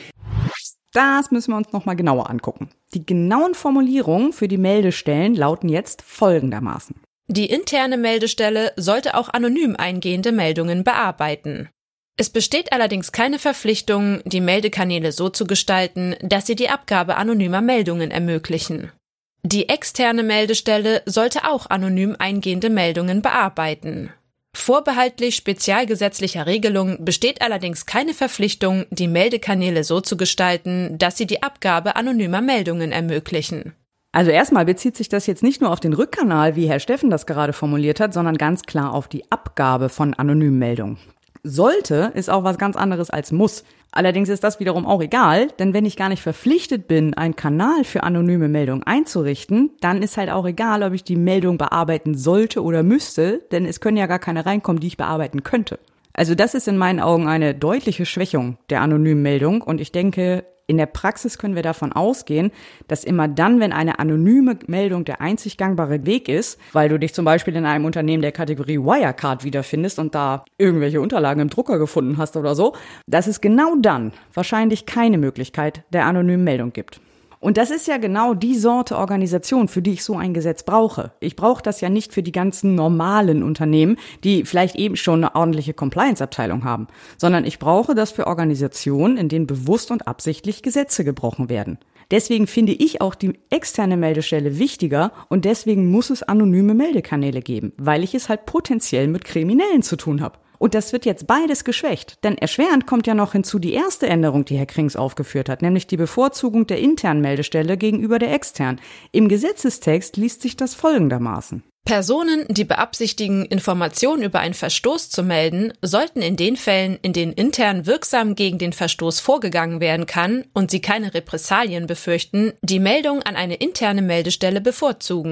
Das müssen wir uns nochmal genauer angucken. Die genauen Formulierungen für die Meldestellen lauten jetzt folgendermaßen. Die interne Meldestelle sollte auch anonym eingehende Meldungen bearbeiten. Es besteht allerdings keine Verpflichtung, die Meldekanäle so zu gestalten, dass sie die Abgabe anonymer Meldungen ermöglichen. Die externe Meldestelle sollte auch anonym eingehende Meldungen bearbeiten. Vorbehaltlich spezialgesetzlicher Regelung besteht allerdings keine Verpflichtung, die Meldekanäle so zu gestalten, dass sie die Abgabe anonymer Meldungen ermöglichen. Also erstmal bezieht sich das jetzt nicht nur auf den Rückkanal, wie Herr Steffen das gerade formuliert hat, sondern ganz klar auf die Abgabe von anonymen Meldungen. Sollte ist auch was ganz anderes als muss. Allerdings ist das wiederum auch egal, denn wenn ich gar nicht verpflichtet bin, einen Kanal für anonyme Meldungen einzurichten, dann ist halt auch egal, ob ich die Meldung bearbeiten sollte oder müsste, denn es können ja gar keine reinkommen, die ich bearbeiten könnte. Also das ist in meinen Augen eine deutliche Schwächung der anonymen Meldung und ich denke, in der Praxis können wir davon ausgehen, dass immer dann, wenn eine anonyme Meldung der einzig gangbare Weg ist, weil du dich zum Beispiel in einem Unternehmen der Kategorie Wirecard wiederfindest und da irgendwelche Unterlagen im Drucker gefunden hast oder so, dass es genau dann wahrscheinlich keine Möglichkeit der anonymen Meldung gibt. Und das ist ja genau die Sorte Organisation, für die ich so ein Gesetz brauche. Ich brauche das ja nicht für die ganzen normalen Unternehmen, die vielleicht eben schon eine ordentliche Compliance-Abteilung haben, sondern ich brauche das für Organisationen, in denen bewusst und absichtlich Gesetze gebrochen werden. Deswegen finde ich auch die externe Meldestelle wichtiger und deswegen muss es anonyme Meldekanäle geben, weil ich es halt potenziell mit Kriminellen zu tun habe. Und das wird jetzt beides geschwächt, denn erschwerend kommt ja noch hinzu die erste Änderung, die Herr Krings aufgeführt hat, nämlich die Bevorzugung der internen Meldestelle gegenüber der externen. Im Gesetzestext liest sich das folgendermaßen. Personen, die beabsichtigen, Informationen über einen Verstoß zu melden, sollten in den Fällen, in denen intern wirksam gegen den Verstoß vorgegangen werden kann und sie keine Repressalien befürchten, die Meldung an eine interne Meldestelle bevorzugen.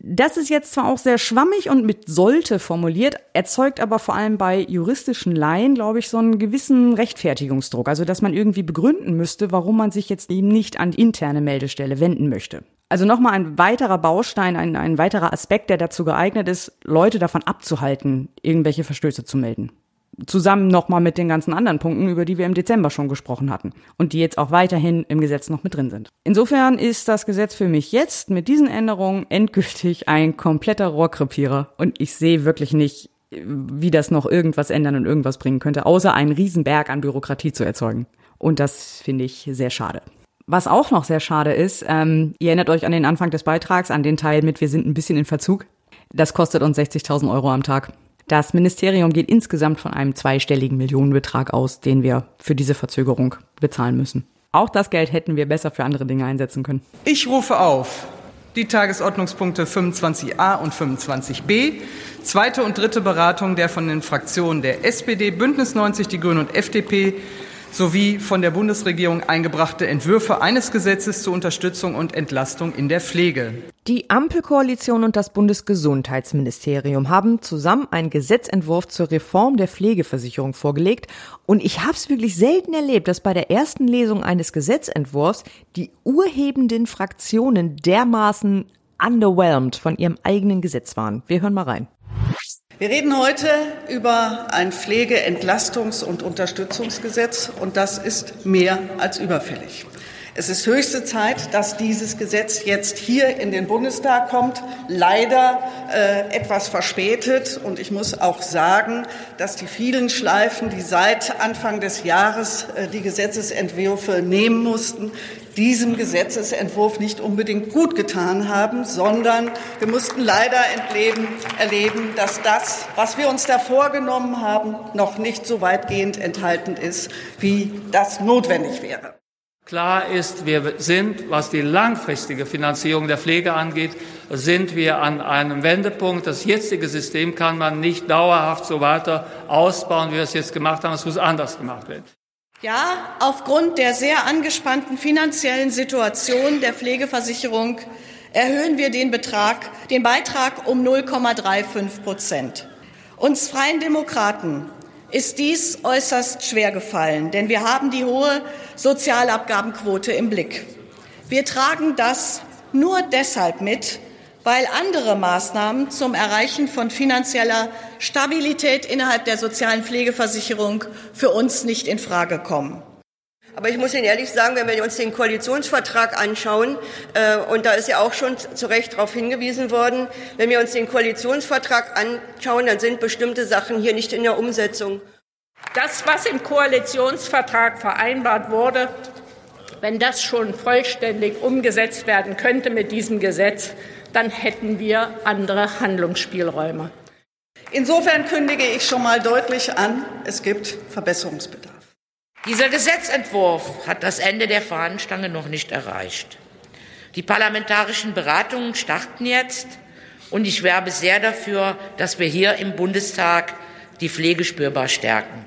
Das ist jetzt zwar auch sehr schwammig und mit sollte formuliert, erzeugt aber vor allem bei juristischen Laien, glaube ich, so einen gewissen Rechtfertigungsdruck. Also, dass man irgendwie begründen müsste, warum man sich jetzt eben nicht an die interne Meldestelle wenden möchte. Also nochmal ein weiterer Baustein, ein, ein weiterer Aspekt, der dazu geeignet ist, Leute davon abzuhalten, irgendwelche Verstöße zu melden. Zusammen nochmal mit den ganzen anderen Punkten, über die wir im Dezember schon gesprochen hatten und die jetzt auch weiterhin im Gesetz noch mit drin sind. Insofern ist das Gesetz für mich jetzt mit diesen Änderungen endgültig ein kompletter Rohrkrepierer und ich sehe wirklich nicht, wie das noch irgendwas ändern und irgendwas bringen könnte, außer einen Riesenberg an Bürokratie zu erzeugen. Und das finde ich sehr schade. Was auch noch sehr schade ist, ähm, ihr erinnert euch an den Anfang des Beitrags, an den Teil mit wir sind ein bisschen in Verzug. Das kostet uns sechzigtausend Euro am Tag. Das Ministerium geht insgesamt von einem zweistelligen Millionenbetrag aus, den wir für diese Verzögerung bezahlen müssen. Auch das Geld hätten wir besser für andere Dinge einsetzen können. Ich rufe auf die Tagesordnungspunkte fünfundzwanzig a und fünfundzwanzig b, zweite und dritte Beratung der von den Fraktionen der S P D, Bündnis neunzig, die Grünen und F D P sowie von der Bundesregierung eingebrachte Entwürfe eines Gesetzes zur Unterstützung und Entlastung in der Pflege. Die Ampelkoalition und das Bundesgesundheitsministerium haben zusammen einen Gesetzentwurf zur Reform der Pflegeversicherung vorgelegt. Und ich habe es wirklich selten erlebt, dass bei der ersten Lesung eines Gesetzentwurfs die urhebenden Fraktionen dermaßen underwhelmed von ihrem eigenen Gesetz waren. Wir hören mal rein. Wir reden heute über ein Pflegeentlastungs- und Unterstützungsgesetz, und das ist mehr als überfällig. Es ist höchste Zeit, dass dieses Gesetz jetzt hier in den Bundestag kommt, leider äh, etwas verspätet. Und ich muss auch sagen, dass die vielen Schleifen, die seit Anfang des Jahres äh, die Gesetzesentwürfe nehmen mussten, diesem Gesetzesentwurf nicht unbedingt gut getan haben, sondern wir mussten leider entleben, erleben, dass das, was wir uns da vorgenommen haben, noch nicht so weitgehend enthalten ist, wie das notwendig wäre. Klar ist, wir sind, was die langfristige Finanzierung der Pflege angeht, sind wir an einem Wendepunkt. Das jetzige System kann man nicht dauerhaft so weiter ausbauen, wie wir es jetzt gemacht haben. Es muss anders gemacht werden. Ja, aufgrund der sehr angespannten finanziellen Situation der Pflegeversicherung erhöhen wir den Betrag, den Beitrag um null Komma fünfunddreißig Prozent. Uns Freien Demokraten ist dies äußerst schwer gefallen, denn wir haben die hohe Sozialabgabenquote im Blick. Wir tragen das nur deshalb mit, weil andere Maßnahmen zum Erreichen von finanzieller Stabilität innerhalb der sozialen Pflegeversicherung für uns nicht in Frage kommen. Aber ich muss Ihnen ehrlich sagen, wenn wir uns den Koalitionsvertrag anschauen, äh, und da ist ja auch schon zu Recht darauf hingewiesen worden, wenn wir uns den Koalitionsvertrag anschauen, dann sind bestimmte Sachen hier nicht in der Umsetzung. Das, was im Koalitionsvertrag vereinbart wurde, wenn das schon vollständig umgesetzt werden könnte mit diesem Gesetz, dann hätten wir andere Handlungsspielräume. Insofern kündige ich schon mal deutlich an, es gibt Verbesserungsbedarf. Dieser Gesetzentwurf hat das Ende der Fahnenstange noch nicht erreicht. Die parlamentarischen Beratungen starten jetzt, und ich werbe sehr dafür, dass wir hier im Bundestag die Pflege spürbar stärken.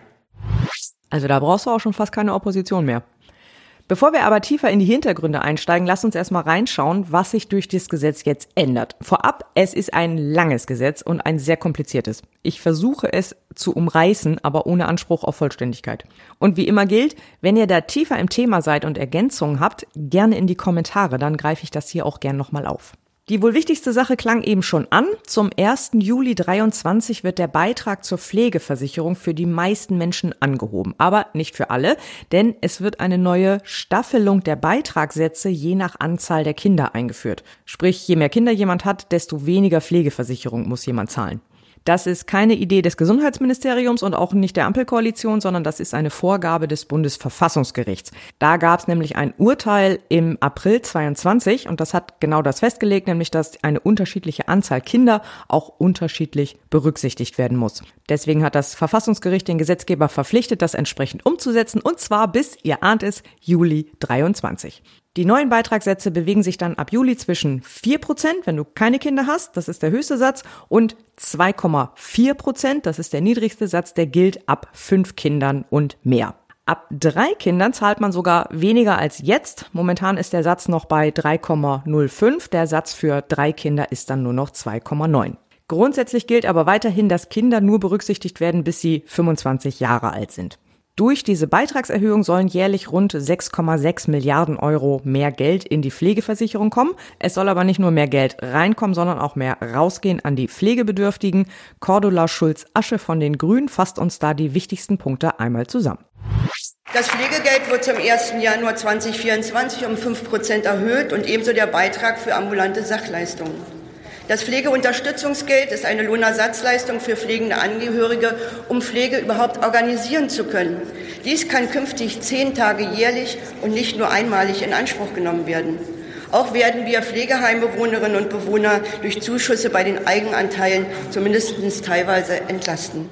Also da brauchst du auch schon fast keine Opposition mehr. Bevor wir aber tiefer in die Hintergründe einsteigen, lass uns erstmal reinschauen, was sich durch das Gesetz jetzt ändert. Vorab, es ist ein langes Gesetz und ein sehr kompliziertes. Ich versuche es zu umreißen, aber ohne Anspruch auf Vollständigkeit. Und wie immer gilt, wenn ihr da tiefer im Thema seid und Ergänzungen habt, gerne in die Kommentare, dann greife ich das hier auch gern nochmal auf. Die wohl wichtigste Sache klang eben schon an. Zum ersten Juli dreiundzwanzig wird der Beitrag zur Pflegeversicherung für die meisten Menschen angehoben. Aber nicht für alle, denn es wird eine neue Staffelung der Beitragssätze je nach Anzahl der Kinder eingeführt. Sprich, je mehr Kinder jemand hat, desto weniger Pflegeversicherung muss jemand zahlen. Das ist keine Idee des Gesundheitsministeriums und auch nicht der Ampelkoalition, sondern das ist eine Vorgabe des Bundesverfassungsgerichts. Da gab es nämlich ein Urteil im April zweiundzwanzig und das hat genau das festgelegt, nämlich dass eine unterschiedliche Anzahl Kinder auch unterschiedlich berücksichtigt werden muss. Deswegen hat das Verfassungsgericht den Gesetzgeber verpflichtet, das entsprechend umzusetzen, und zwar bis, ihr ahnt es, Juli dreiundzwanzig. Die neuen Beitragssätze bewegen sich dann ab Juli zwischen vier Prozent, wenn du keine Kinder hast, das ist der höchste Satz, und zwei Komma vier Prozent, das ist der niedrigste Satz, der gilt ab fünf Kindern und mehr. Ab drei Kindern zahlt man sogar weniger als jetzt. Momentan ist der Satz noch bei drei Komma null fünf. Der Satz für drei Kinder ist dann nur noch zwei Komma neun. Grundsätzlich gilt aber weiterhin, dass Kinder nur berücksichtigt werden, bis sie fünfundzwanzig Jahre alt sind. Durch diese Beitragserhöhung sollen jährlich rund sechs Komma sechs Milliarden Euro mehr Geld in die Pflegeversicherung kommen. Es soll aber nicht nur mehr Geld reinkommen, sondern auch mehr rausgehen an die Pflegebedürftigen. Cordula Schulz-Asche von den Grünen fasst uns da die wichtigsten Punkte einmal zusammen. Das Pflegegeld wird zum ersten Januar zweitausendvierundzwanzig um fünf Prozent erhöht und ebenso der Beitrag für ambulante Sachleistungen. Das Pflegeunterstützungsgeld ist eine Lohnersatzleistung für pflegende Angehörige, um Pflege überhaupt organisieren zu können. Dies kann künftig zehn Tage jährlich und nicht nur einmalig in Anspruch genommen werden. Auch werden wir Pflegeheimbewohnerinnen und Bewohner durch Zuschüsse bei den Eigenanteilen zumindest teilweise entlasten.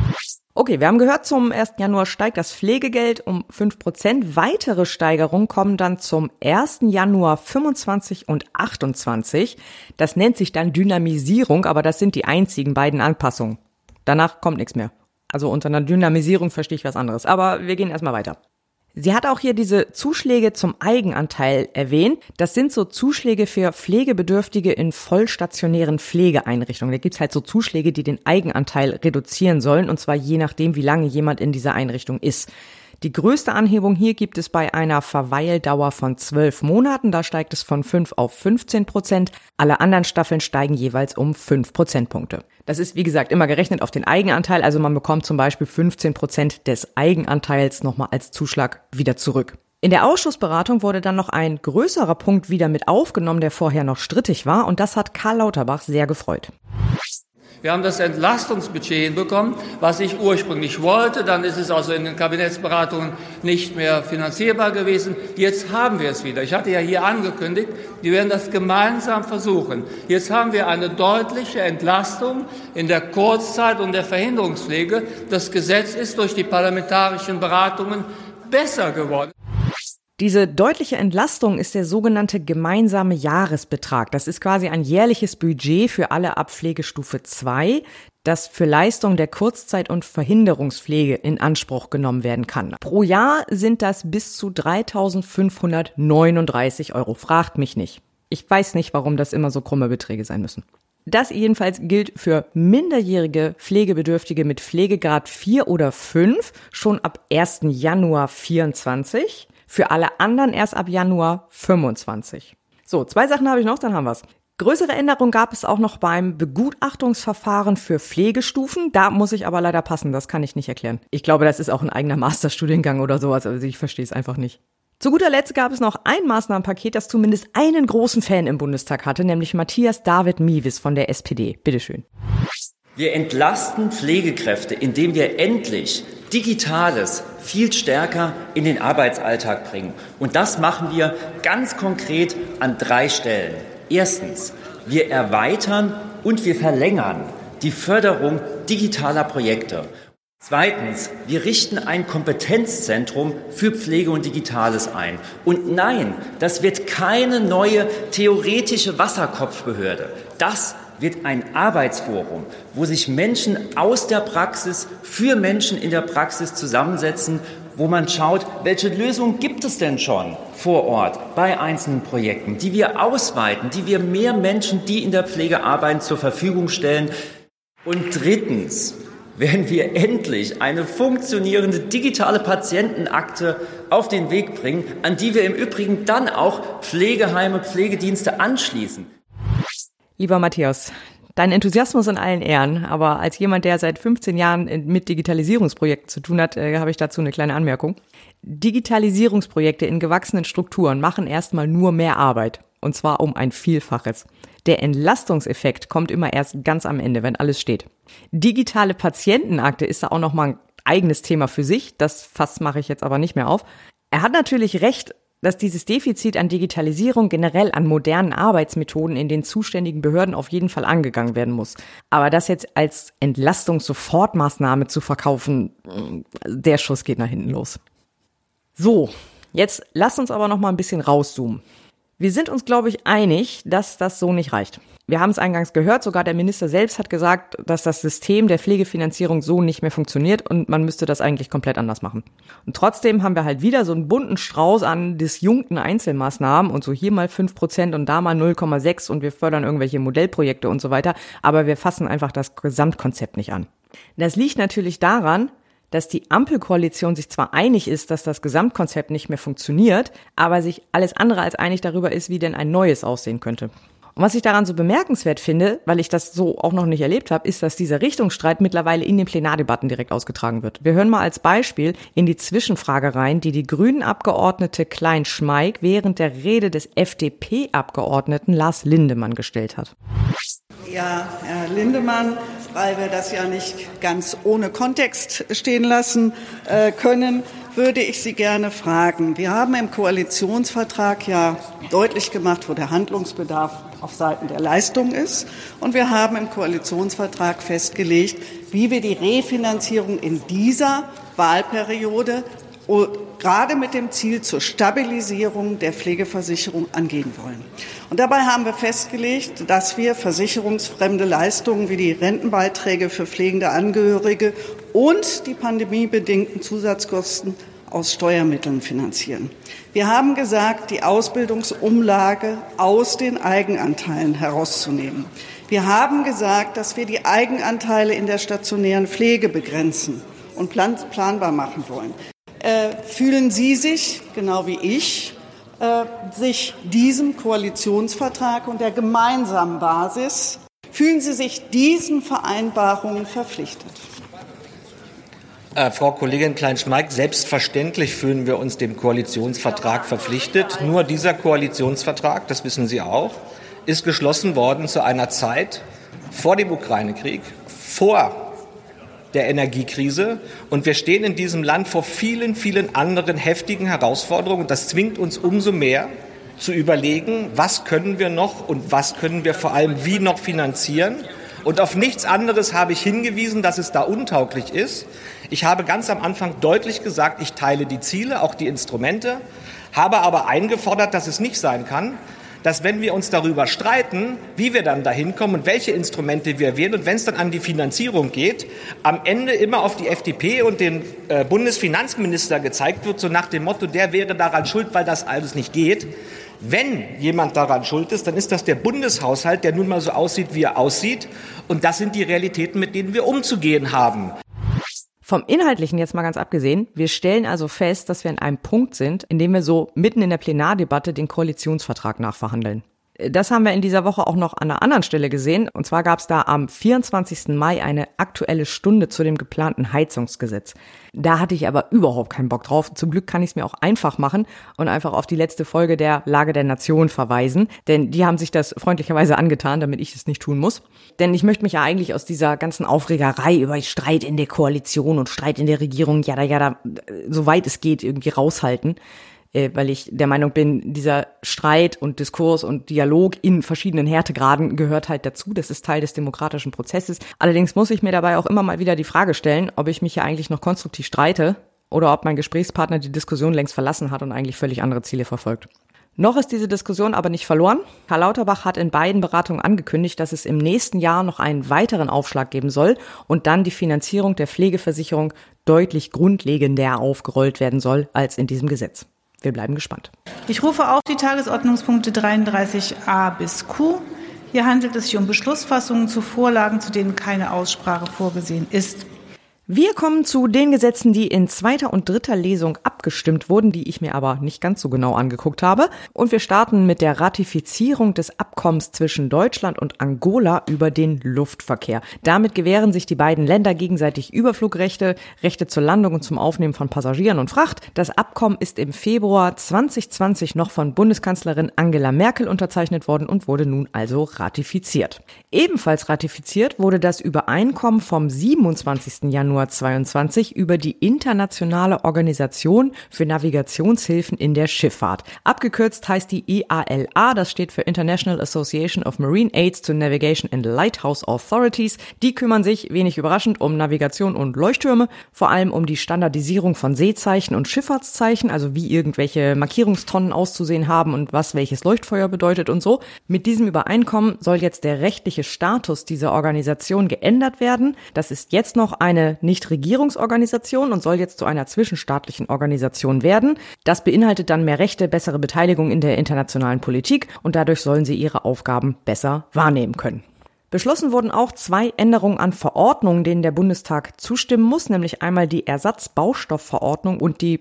Okay, wir haben gehört, zum ersten Januar steigt das Pflegegeld um fünf Prozent. Weitere Steigerungen kommen dann zum ersten Januar fünfundzwanzig und achtundzwanzig. Das nennt sich dann Dynamisierung, aber das sind die einzigen beiden Anpassungen. Danach kommt nichts mehr. Also unter einer Dynamisierung verstehe ich was anderes. Aber wir gehen erstmal weiter. Sie hat auch hier diese Zuschläge zum Eigenanteil erwähnt. Das sind so Zuschläge für Pflegebedürftige in vollstationären Pflegeeinrichtungen. Da gibt's halt so Zuschläge, die den Eigenanteil reduzieren sollen, und zwar je nachdem, wie lange jemand in dieser Einrichtung ist. Die größte Anhebung hier gibt es bei einer Verweildauer von zwölf Monaten. Da steigt es von fünf auf fünfzehn Prozent. Alle anderen Staffeln steigen jeweils um fünf Prozentpunkte. Das ist, wie gesagt, immer gerechnet auf den Eigenanteil. Also man bekommt zum Beispiel fünfzehn Prozent des Eigenanteils nochmal als Zuschlag wieder zurück. In der Ausschussberatung wurde dann noch ein größerer Punkt wieder mit aufgenommen, der vorher noch strittig war. Und das hat Karl Lauterbach sehr gefreut. Wir haben das Entlastungsbudget hinbekommen, was ich ursprünglich wollte. Dann ist es also in den Kabinettsberatungen nicht mehr finanzierbar gewesen. Jetzt haben wir es wieder. Ich hatte ja hier angekündigt, wir werden das gemeinsam versuchen. Jetzt haben wir eine deutliche Entlastung in der Kurzzeit- und der Verhinderungspflege. Das Gesetz ist durch die parlamentarischen Beratungen besser geworden. Diese deutliche Entlastung ist der sogenannte gemeinsame Jahresbetrag. Das ist quasi ein jährliches Budget für alle ab Pflegestufe zwei, das für Leistungen der Kurzzeit- und Verhinderungspflege in Anspruch genommen werden kann. Pro Jahr sind das bis zu dreitausendfünfhundertneununddreißig Euro. Fragt mich nicht. Ich weiß nicht, warum das immer so krumme Beträge sein müssen. Das jedenfalls gilt für minderjährige Pflegebedürftige mit Pflegegrad vier oder fünf schon ab ersten Januar vierundzwanzig. Für alle anderen erst ab Januar fünfundzwanzig. So, zwei Sachen habe ich noch, dann haben wir's. Größere Änderungen gab es auch noch beim Begutachtungsverfahren für Pflegestufen. Da muss ich aber leider passen, das kann ich nicht erklären. Ich glaube, das ist auch ein eigener Masterstudiengang oder sowas, also ich verstehe es einfach nicht. Zu guter Letzt gab es noch ein Maßnahmenpaket, das zumindest einen großen Fan im Bundestag hatte, nämlich Matthias David Miewis von der S P D. Bitteschön. Wir entlasten Pflegekräfte, indem wir endlich Digitales viel stärker in den Arbeitsalltag bringen. Und das machen wir ganz konkret an drei Stellen. Erstens, wir erweitern und wir verlängern die Förderung digitaler Projekte. Zweitens, wir richten ein Kompetenzzentrum für Pflege und Digitales ein. Und nein, das wird keine neue theoretische Wasserkopfbehörde. Das wird ein Arbeitsforum, wo sich Menschen aus der Praxis für Menschen in der Praxis zusammensetzen, wo man schaut, welche Lösungen gibt es denn schon vor Ort bei einzelnen Projekten, die wir ausweiten, die wir mehr Menschen, die in der Pflege arbeiten, zur Verfügung stellen. Und drittens werden wir endlich eine funktionierende digitale Patientenakte auf den Weg bringen, an die wir im Übrigen dann auch Pflegeheime, Pflegedienste anschließen. Lieber Matthias, dein Enthusiasmus in allen Ehren, aber als jemand, der seit fünfzehn Jahren mit Digitalisierungsprojekten zu tun hat, äh, habe ich dazu eine kleine Anmerkung. Digitalisierungsprojekte in gewachsenen Strukturen machen erstmal nur mehr Arbeit, und zwar um ein Vielfaches. Der Entlastungseffekt kommt immer erst ganz am Ende, wenn alles steht. Digitale Patientenakte ist da auch nochmal ein eigenes Thema für sich, das Fass mache ich jetzt aber nicht mehr auf. Er hat natürlich recht, dass dieses Defizit an Digitalisierung, generell an modernen Arbeitsmethoden in den zuständigen Behörden auf jeden Fall angegangen werden muss. Aber das jetzt als Entlastungssofortmaßnahme zu verkaufen, der Schuss geht nach hinten los. So, jetzt lasst uns aber noch mal ein bisschen rauszoomen. Wir sind uns, glaube ich, einig, dass das so nicht reicht. Wir haben es eingangs gehört, sogar der Minister selbst hat gesagt, dass das System der Pflegefinanzierung so nicht mehr funktioniert und man müsste das eigentlich komplett anders machen. Und trotzdem haben wir halt wieder so einen bunten Strauß an disjunkten Einzelmaßnahmen und so hier mal fünf Prozent und da mal null Komma sechs und wir fördern irgendwelche Modellprojekte und so weiter, aber wir fassen einfach das Gesamtkonzept nicht an. Das liegt natürlich daran, dass die Ampelkoalition sich zwar einig ist, dass das Gesamtkonzept nicht mehr funktioniert, aber sich alles andere als einig darüber ist, wie denn ein neues aussehen könnte. Und was ich daran so bemerkenswert finde, weil ich das so auch noch nicht erlebt habe, ist, dass dieser Richtungsstreit mittlerweile in den Plenardebatten direkt ausgetragen wird. Wir hören mal als Beispiel in die Zwischenfrage rein, die die Grünen-Abgeordnete Klein-Schmeik während der Rede des F D P-Abgeordneten Lars Lindemann gestellt hat. Ja, Herr Lindemann, weil wir das ja nicht ganz ohne Kontext stehen lassen äh, können, würde ich Sie gerne fragen. Wir haben im Koalitionsvertrag ja deutlich gemacht, wo der Handlungsbedarf auf Seiten der Leistung ist. Und wir haben im Koalitionsvertrag festgelegt, wie wir die Refinanzierung in dieser Wahlperiode gerade mit dem Ziel zur Stabilisierung der Pflegeversicherung angehen wollen. Und dabei haben wir festgelegt, dass wir versicherungsfremde Leistungen wie die Rentenbeiträge für pflegende Angehörige und die pandemiebedingten Zusatzkosten aus Steuermitteln finanzieren. Wir haben gesagt, die Ausbildungsumlage aus den Eigenanteilen herauszunehmen. Wir haben gesagt, dass wir die Eigenanteile in der stationären Pflege begrenzen und plan- planbar machen wollen. Äh, fühlen Sie sich, genau wie ich, äh, sich diesem Koalitionsvertrag und der gemeinsamen Basis, fühlen Sie sich diesen Vereinbarungen verpflichtet? Äh, Frau Kollegin Klein-Schmeik, selbstverständlich fühlen wir uns dem Koalitionsvertrag verpflichtet. Nur dieser Koalitionsvertrag, das wissen Sie auch, ist geschlossen worden zu einer Zeit vor dem Ukraine-Krieg, vor der Energiekrise. Und wir stehen in diesem Land vor vielen, vielen anderen heftigen Herausforderungen. Und das zwingt uns umso mehr zu überlegen, was können wir noch und was können wir vor allem wie noch finanzieren. Und auf nichts anderes habe ich hingewiesen, dass es da untauglich ist. Ich habe ganz am Anfang deutlich gesagt, ich teile die Ziele, auch die Instrumente, habe aber eingefordert, dass es nicht sein kann, dass wenn wir uns darüber streiten, wie wir dann dahin kommen und welche Instrumente wir wählen und wenn es dann an die Finanzierung geht, am Ende immer auf die F D P und den äh, Bundesfinanzminister gezeigt wird, so nach dem Motto, der wäre daran schuld, weil das alles nicht geht. Wenn jemand daran schuld ist, dann ist das der Bundeshaushalt, der nun mal so aussieht, wie er aussieht. Und das sind die Realitäten, mit denen wir umzugehen haben. Vom Inhaltlichen jetzt mal ganz abgesehen, wir stellen also fest, dass wir an einem Punkt sind, in dem wir so mitten in der Plenardebatte den Koalitionsvertrag nachverhandeln. Das haben wir in dieser Woche auch noch an einer anderen Stelle gesehen. Und zwar gab es da am vierundzwanzigsten Mai eine aktuelle Stunde zu dem geplanten Heizungsgesetz. Da hatte ich aber überhaupt keinen Bock drauf. Zum Glück kann ich es mir auch einfach machen und einfach auf die letzte Folge der Lage der Nation verweisen. Denn die haben sich das freundlicherweise angetan, damit ich es nicht tun muss. Denn ich möchte mich ja eigentlich aus dieser ganzen Aufregerei über Streit in der Koalition und Streit in der Regierung, ja, ja, da, soweit es geht, irgendwie raushalten. Weil ich der Meinung bin, dieser Streit und Diskurs und Dialog in verschiedenen Härtegraden gehört halt dazu. Das ist Teil des demokratischen Prozesses. Allerdings muss ich mir dabei auch immer mal wieder die Frage stellen, ob ich mich ja eigentlich noch konstruktiv streite oder ob mein Gesprächspartner die Diskussion längst verlassen hat und eigentlich völlig andere Ziele verfolgt. Noch ist diese Diskussion aber nicht verloren. Karl Lauterbach hat in beiden Beratungen angekündigt, dass es im nächsten Jahr noch einen weiteren Aufschlag geben soll und dann die Finanzierung der Pflegeversicherung deutlich grundlegender aufgerollt werden soll als in diesem Gesetz. Wir bleiben gespannt. Ich rufe auf die Tagesordnungspunkte dreiunddreißig a bis Q. Hier handelt es sich um Beschlussfassungen zu Vorlagen, zu denen keine Aussprache vorgesehen ist. Wir kommen zu den Gesetzen, die in zweiter und dritter Lesung abgestimmt wurden, die ich mir aber nicht ganz so genau angeguckt habe. Und wir starten mit der Ratifizierung des Abkommens zwischen Deutschland und Angola über den Luftverkehr. Damit gewähren sich die beiden Länder gegenseitig Überflugrechte, Rechte zur Landung und zum Aufnehmen von Passagieren und Fracht. Das Abkommen ist im Februar zwanzig zwanzig noch von Bundeskanzlerin Angela Merkel unterzeichnet worden und wurde nun also ratifiziert. Ebenfalls ratifiziert wurde das Übereinkommen vom siebenundzwanzigsten Januar Januar zweiundzwanzig über die Internationale Organisation für Navigationshilfen in der Schifffahrt. Abgekürzt heißt die I A L A, das steht für International Association of Marine Aids to Navigation and Lighthouse Authorities. Die kümmern sich, wenig überraschend, um Navigation und Leuchttürme, vor allem um die Standardisierung von Seezeichen und Schifffahrtszeichen, also wie irgendwelche Markierungstonnen auszusehen haben und was welches Leuchtfeuer bedeutet und so. Mit diesem Übereinkommen soll jetzt der rechtliche Status dieser Organisation geändert werden. Das ist jetzt noch eine Nichtregierungsorganisation und soll jetzt zu einer zwischenstaatlichen Organisation werden. Das beinhaltet dann mehr Rechte, bessere Beteiligung in der internationalen Politik und dadurch sollen sie ihre Aufgaben besser wahrnehmen können. Beschlossen wurden auch zwei Änderungen an Verordnungen, denen der Bundestag zustimmen muss, nämlich einmal die Ersatzbaustoffverordnung und die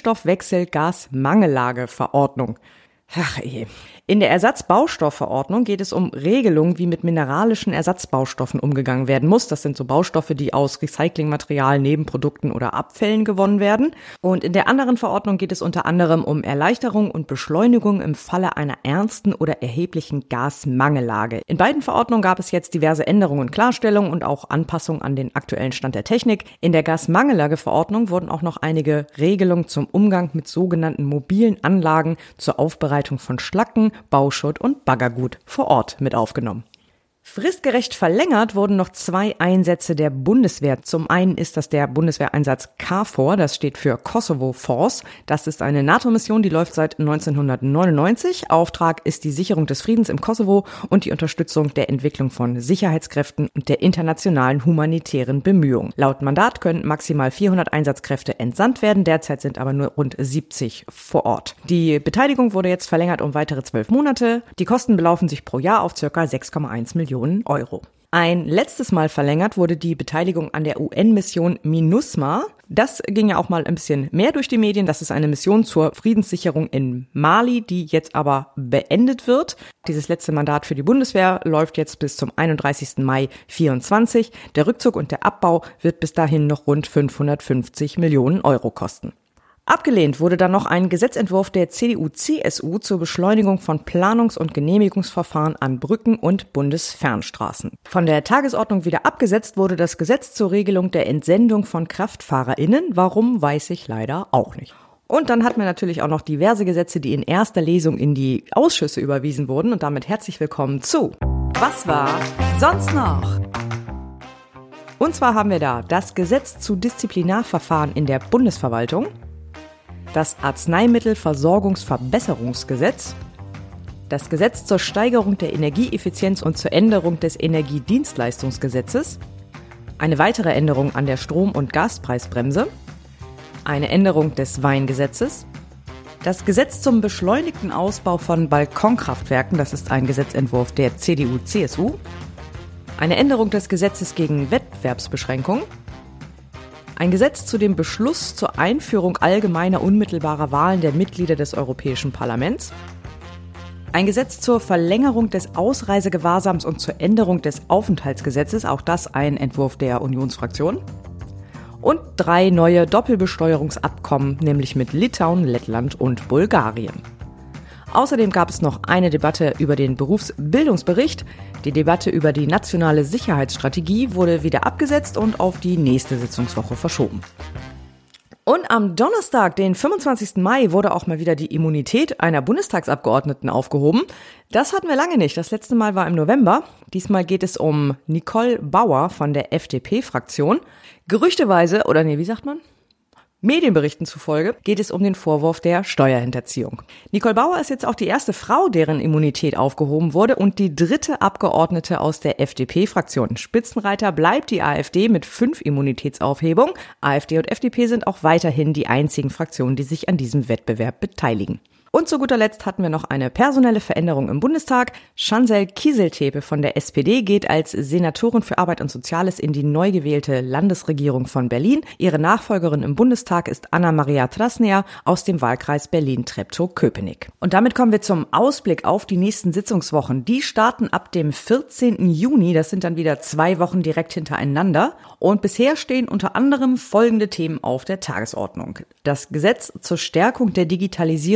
Brennstoffwechselgasmangellageverordnung. Ach je. In der Ersatzbaustoffverordnung geht es um Regelungen, wie mit mineralischen Ersatzbaustoffen umgegangen werden muss. Das sind so Baustoffe, die aus Recyclingmaterial, Nebenprodukten oder Abfällen gewonnen werden. Und in der anderen Verordnung geht es unter anderem um Erleichterung und Beschleunigung im Falle einer ernsten oder erheblichen Gasmangellage. In beiden Verordnungen gab es jetzt diverse Änderungen und Klarstellungen und auch Anpassungen an den aktuellen Stand der Technik. In der Gasmangellageverordnung wurden auch noch einige Regelungen zum Umgang mit sogenannten mobilen Anlagen zur Aufbereitung von Schlacken, Bauschutt und Baggergut vor Ort mit aufgenommen. Fristgerecht verlängert wurden noch zwei Einsätze der Bundeswehr. Zum einen ist das der Bundeswehreinsatz KFOR, das steht für Kosovo Force. Das ist eine NATO-Mission, die läuft seit neunzehnhundertneunundneunzig. Auftrag ist die Sicherung des Friedens im Kosovo und die Unterstützung der Entwicklung von Sicherheitskräften und der internationalen humanitären Bemühungen. Laut Mandat können maximal vierhundert Einsatzkräfte entsandt werden, derzeit sind aber nur rund siebzig vor Ort. Die Beteiligung wurde jetzt verlängert um weitere zwölf Monate. Die Kosten belaufen sich pro Jahr auf ca. sechs Komma eins Millionen Euro. Ein letztes Mal verlängert wurde die Beteiligung an der U N-Mission MINUSMA. Das ging ja auch mal ein bisschen mehr durch die Medien. Das ist eine Mission zur Friedenssicherung in Mali, die jetzt aber beendet wird. Dieses letzte Mandat für die Bundeswehr läuft jetzt bis zum einunddreißigsten Mai vierundzwanzig. Der Rückzug und der Abbau wird bis dahin noch rund fünfhundertfünfzig Millionen Euro kosten. Abgelehnt wurde dann noch ein Gesetzentwurf der C D U C S U zur Beschleunigung von Planungs- und Genehmigungsverfahren an Brücken und Bundesfernstraßen. Von der Tagesordnung wieder abgesetzt wurde das Gesetz zur Regelung der Entsendung von KraftfahrerInnen. Warum, weiß ich leider auch nicht. Und dann hatten wir natürlich auch noch diverse Gesetze, die in erster Lesung in die Ausschüsse überwiesen wurden. Und damit herzlich willkommen zu Was war sonst noch? Und zwar haben wir da das Gesetz zu Disziplinarverfahren in der Bundesverwaltung, das Arzneimittelversorgungsverbesserungsgesetz, das Gesetz zur Steigerung der Energieeffizienz und zur Änderung des Energiedienstleistungsgesetzes, eine weitere Änderung an der Strom- und Gaspreisbremse, eine Änderung des Weingesetzes, das Gesetz zum beschleunigten Ausbau von Balkonkraftwerken, das ist ein Gesetzentwurf der C D U C S U, eine Änderung des Gesetzes gegen Wettbewerbsbeschränkung, ein Gesetz zu dem Beschluss zur Einführung allgemeiner unmittelbarer Wahlen der Mitglieder des Europäischen Parlaments, ein Gesetz zur Verlängerung des Ausreisegewahrsams und zur Änderung des Aufenthaltsgesetzes, auch das ein Entwurf der Unionsfraktion, und drei neue Doppelbesteuerungsabkommen, nämlich mit Litauen, Lettland und Bulgarien. Außerdem gab es noch eine Debatte über den Berufsbildungsbericht. Die Debatte über die nationale Sicherheitsstrategie wurde wieder abgesetzt und auf die nächste Sitzungswoche verschoben. Und am Donnerstag, den fünfundzwanzigsten Mai, wurde auch mal wieder die Immunität einer Bundestagsabgeordneten aufgehoben. Das hatten wir lange nicht. Das letzte Mal war im November. Diesmal geht es um Nicole Bauer von der F D P-Fraktion. Gerüchteweise, oder nee, wie sagt man? Medienberichten zufolge geht es um den Vorwurf der Steuerhinterziehung. Nicole Bauer ist jetzt auch die erste Frau, deren Immunität aufgehoben wurde und die dritte Abgeordnete aus der F D P-Fraktion. Spitzenreiter bleibt die AfD mit fünf Immunitätsaufhebungen. AfD und F D P sind auch weiterhin die einzigen Fraktionen, die sich an diesem Wettbewerb beteiligen. Und zu guter Letzt hatten wir noch eine personelle Veränderung im Bundestag. Chancel Kieseltepe von der S P D geht als Senatorin für Arbeit und Soziales in die neu gewählte Landesregierung von Berlin. Ihre Nachfolgerin im Bundestag ist Anna-Maria Trasnea aus dem Wahlkreis Berlin-Treptow-Köpenick. Und damit kommen wir zum Ausblick auf die nächsten Sitzungswochen. Die starten ab dem vierzehnten Juni. Das sind dann wieder zwei Wochen direkt hintereinander. Und bisher stehen unter anderem folgende Themen auf der Tagesordnung. Das Gesetz zur Stärkung der Digitalisierung im Bau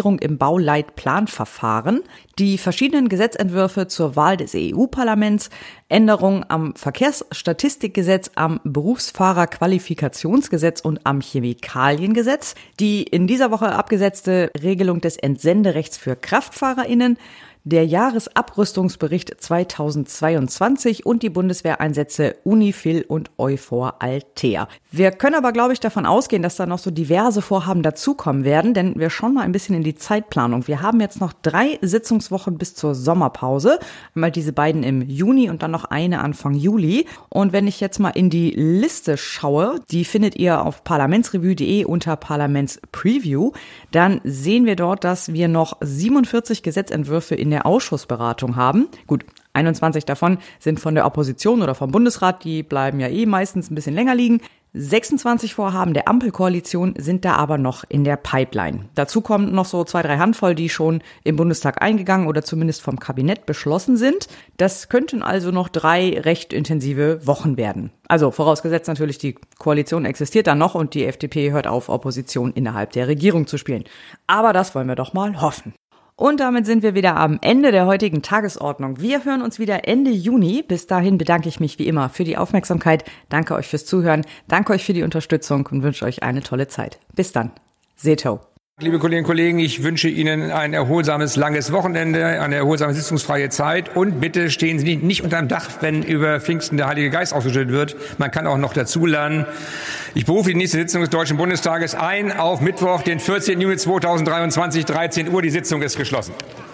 Bauleitplanverfahren, die verschiedenen Gesetzentwürfe zur Wahl des E U-Parlaments, Änderungen am Verkehrsstatistikgesetz, am Berufsfahrerqualifikationsgesetz und am Chemikaliengesetz, die in dieser Woche abgesetzte Regelung des Entsenderechts für KraftfahrerInnen, der Jahresabrüstungsbericht zweitausendzweiundzwanzig und die Bundeswehreinsätze UNIFIL und EUFOR Althea. Wir können aber, glaube ich, davon ausgehen, dass da noch so diverse Vorhaben dazukommen werden, denn wir schauen mal ein bisschen in die Zeitplanung. Wir haben jetzt noch drei Sitzungswochen bis zur Sommerpause, einmal diese beiden im Juni und dann noch eine Anfang Juli. Und wenn ich jetzt mal in die Liste schaue, die findet ihr auf parlamentsrevue punkt de unter Parlamentspreview, dann sehen wir dort, dass wir noch siebenundvierzig Gesetzentwürfe in der Ausschussberatung haben. Gut, einundzwanzig davon sind von der Opposition oder vom Bundesrat, die bleiben ja eh meistens ein bisschen länger liegen. sechsundzwanzig Vorhaben der Ampelkoalition sind da aber noch in der Pipeline. Dazu kommen noch so zwei, drei Handvoll, die schon im Bundestag eingegangen oder zumindest vom Kabinett beschlossen sind. Das könnten also noch drei recht intensive Wochen werden. Also vorausgesetzt natürlich, die Koalition existiert dann noch und die F D P hört auf, Opposition innerhalb der Regierung zu spielen. Aber das wollen wir doch mal hoffen. Und damit sind wir wieder am Ende der heutigen Tagesordnung. Wir hören uns wieder Ende Juni. Bis dahin bedanke ich mich wie immer für die Aufmerksamkeit. Danke euch fürs Zuhören. Danke euch für die Unterstützung und wünsche euch eine tolle Zeit. Bis dann. Seto. Liebe Kolleginnen und Kollegen, ich wünsche Ihnen ein erholsames, langes Wochenende, eine erholsame, sitzungsfreie Zeit und bitte stehen Sie nicht unterm Dach, wenn über Pfingsten der Heilige Geist ausgeschüttet wird. Man kann auch noch dazulernen. Ich berufe die nächste Sitzung des Deutschen Bundestages ein auf Mittwoch, den vierzehnten Juni zweitausenddreiundzwanzig, dreizehn Uhr. Die Sitzung ist geschlossen.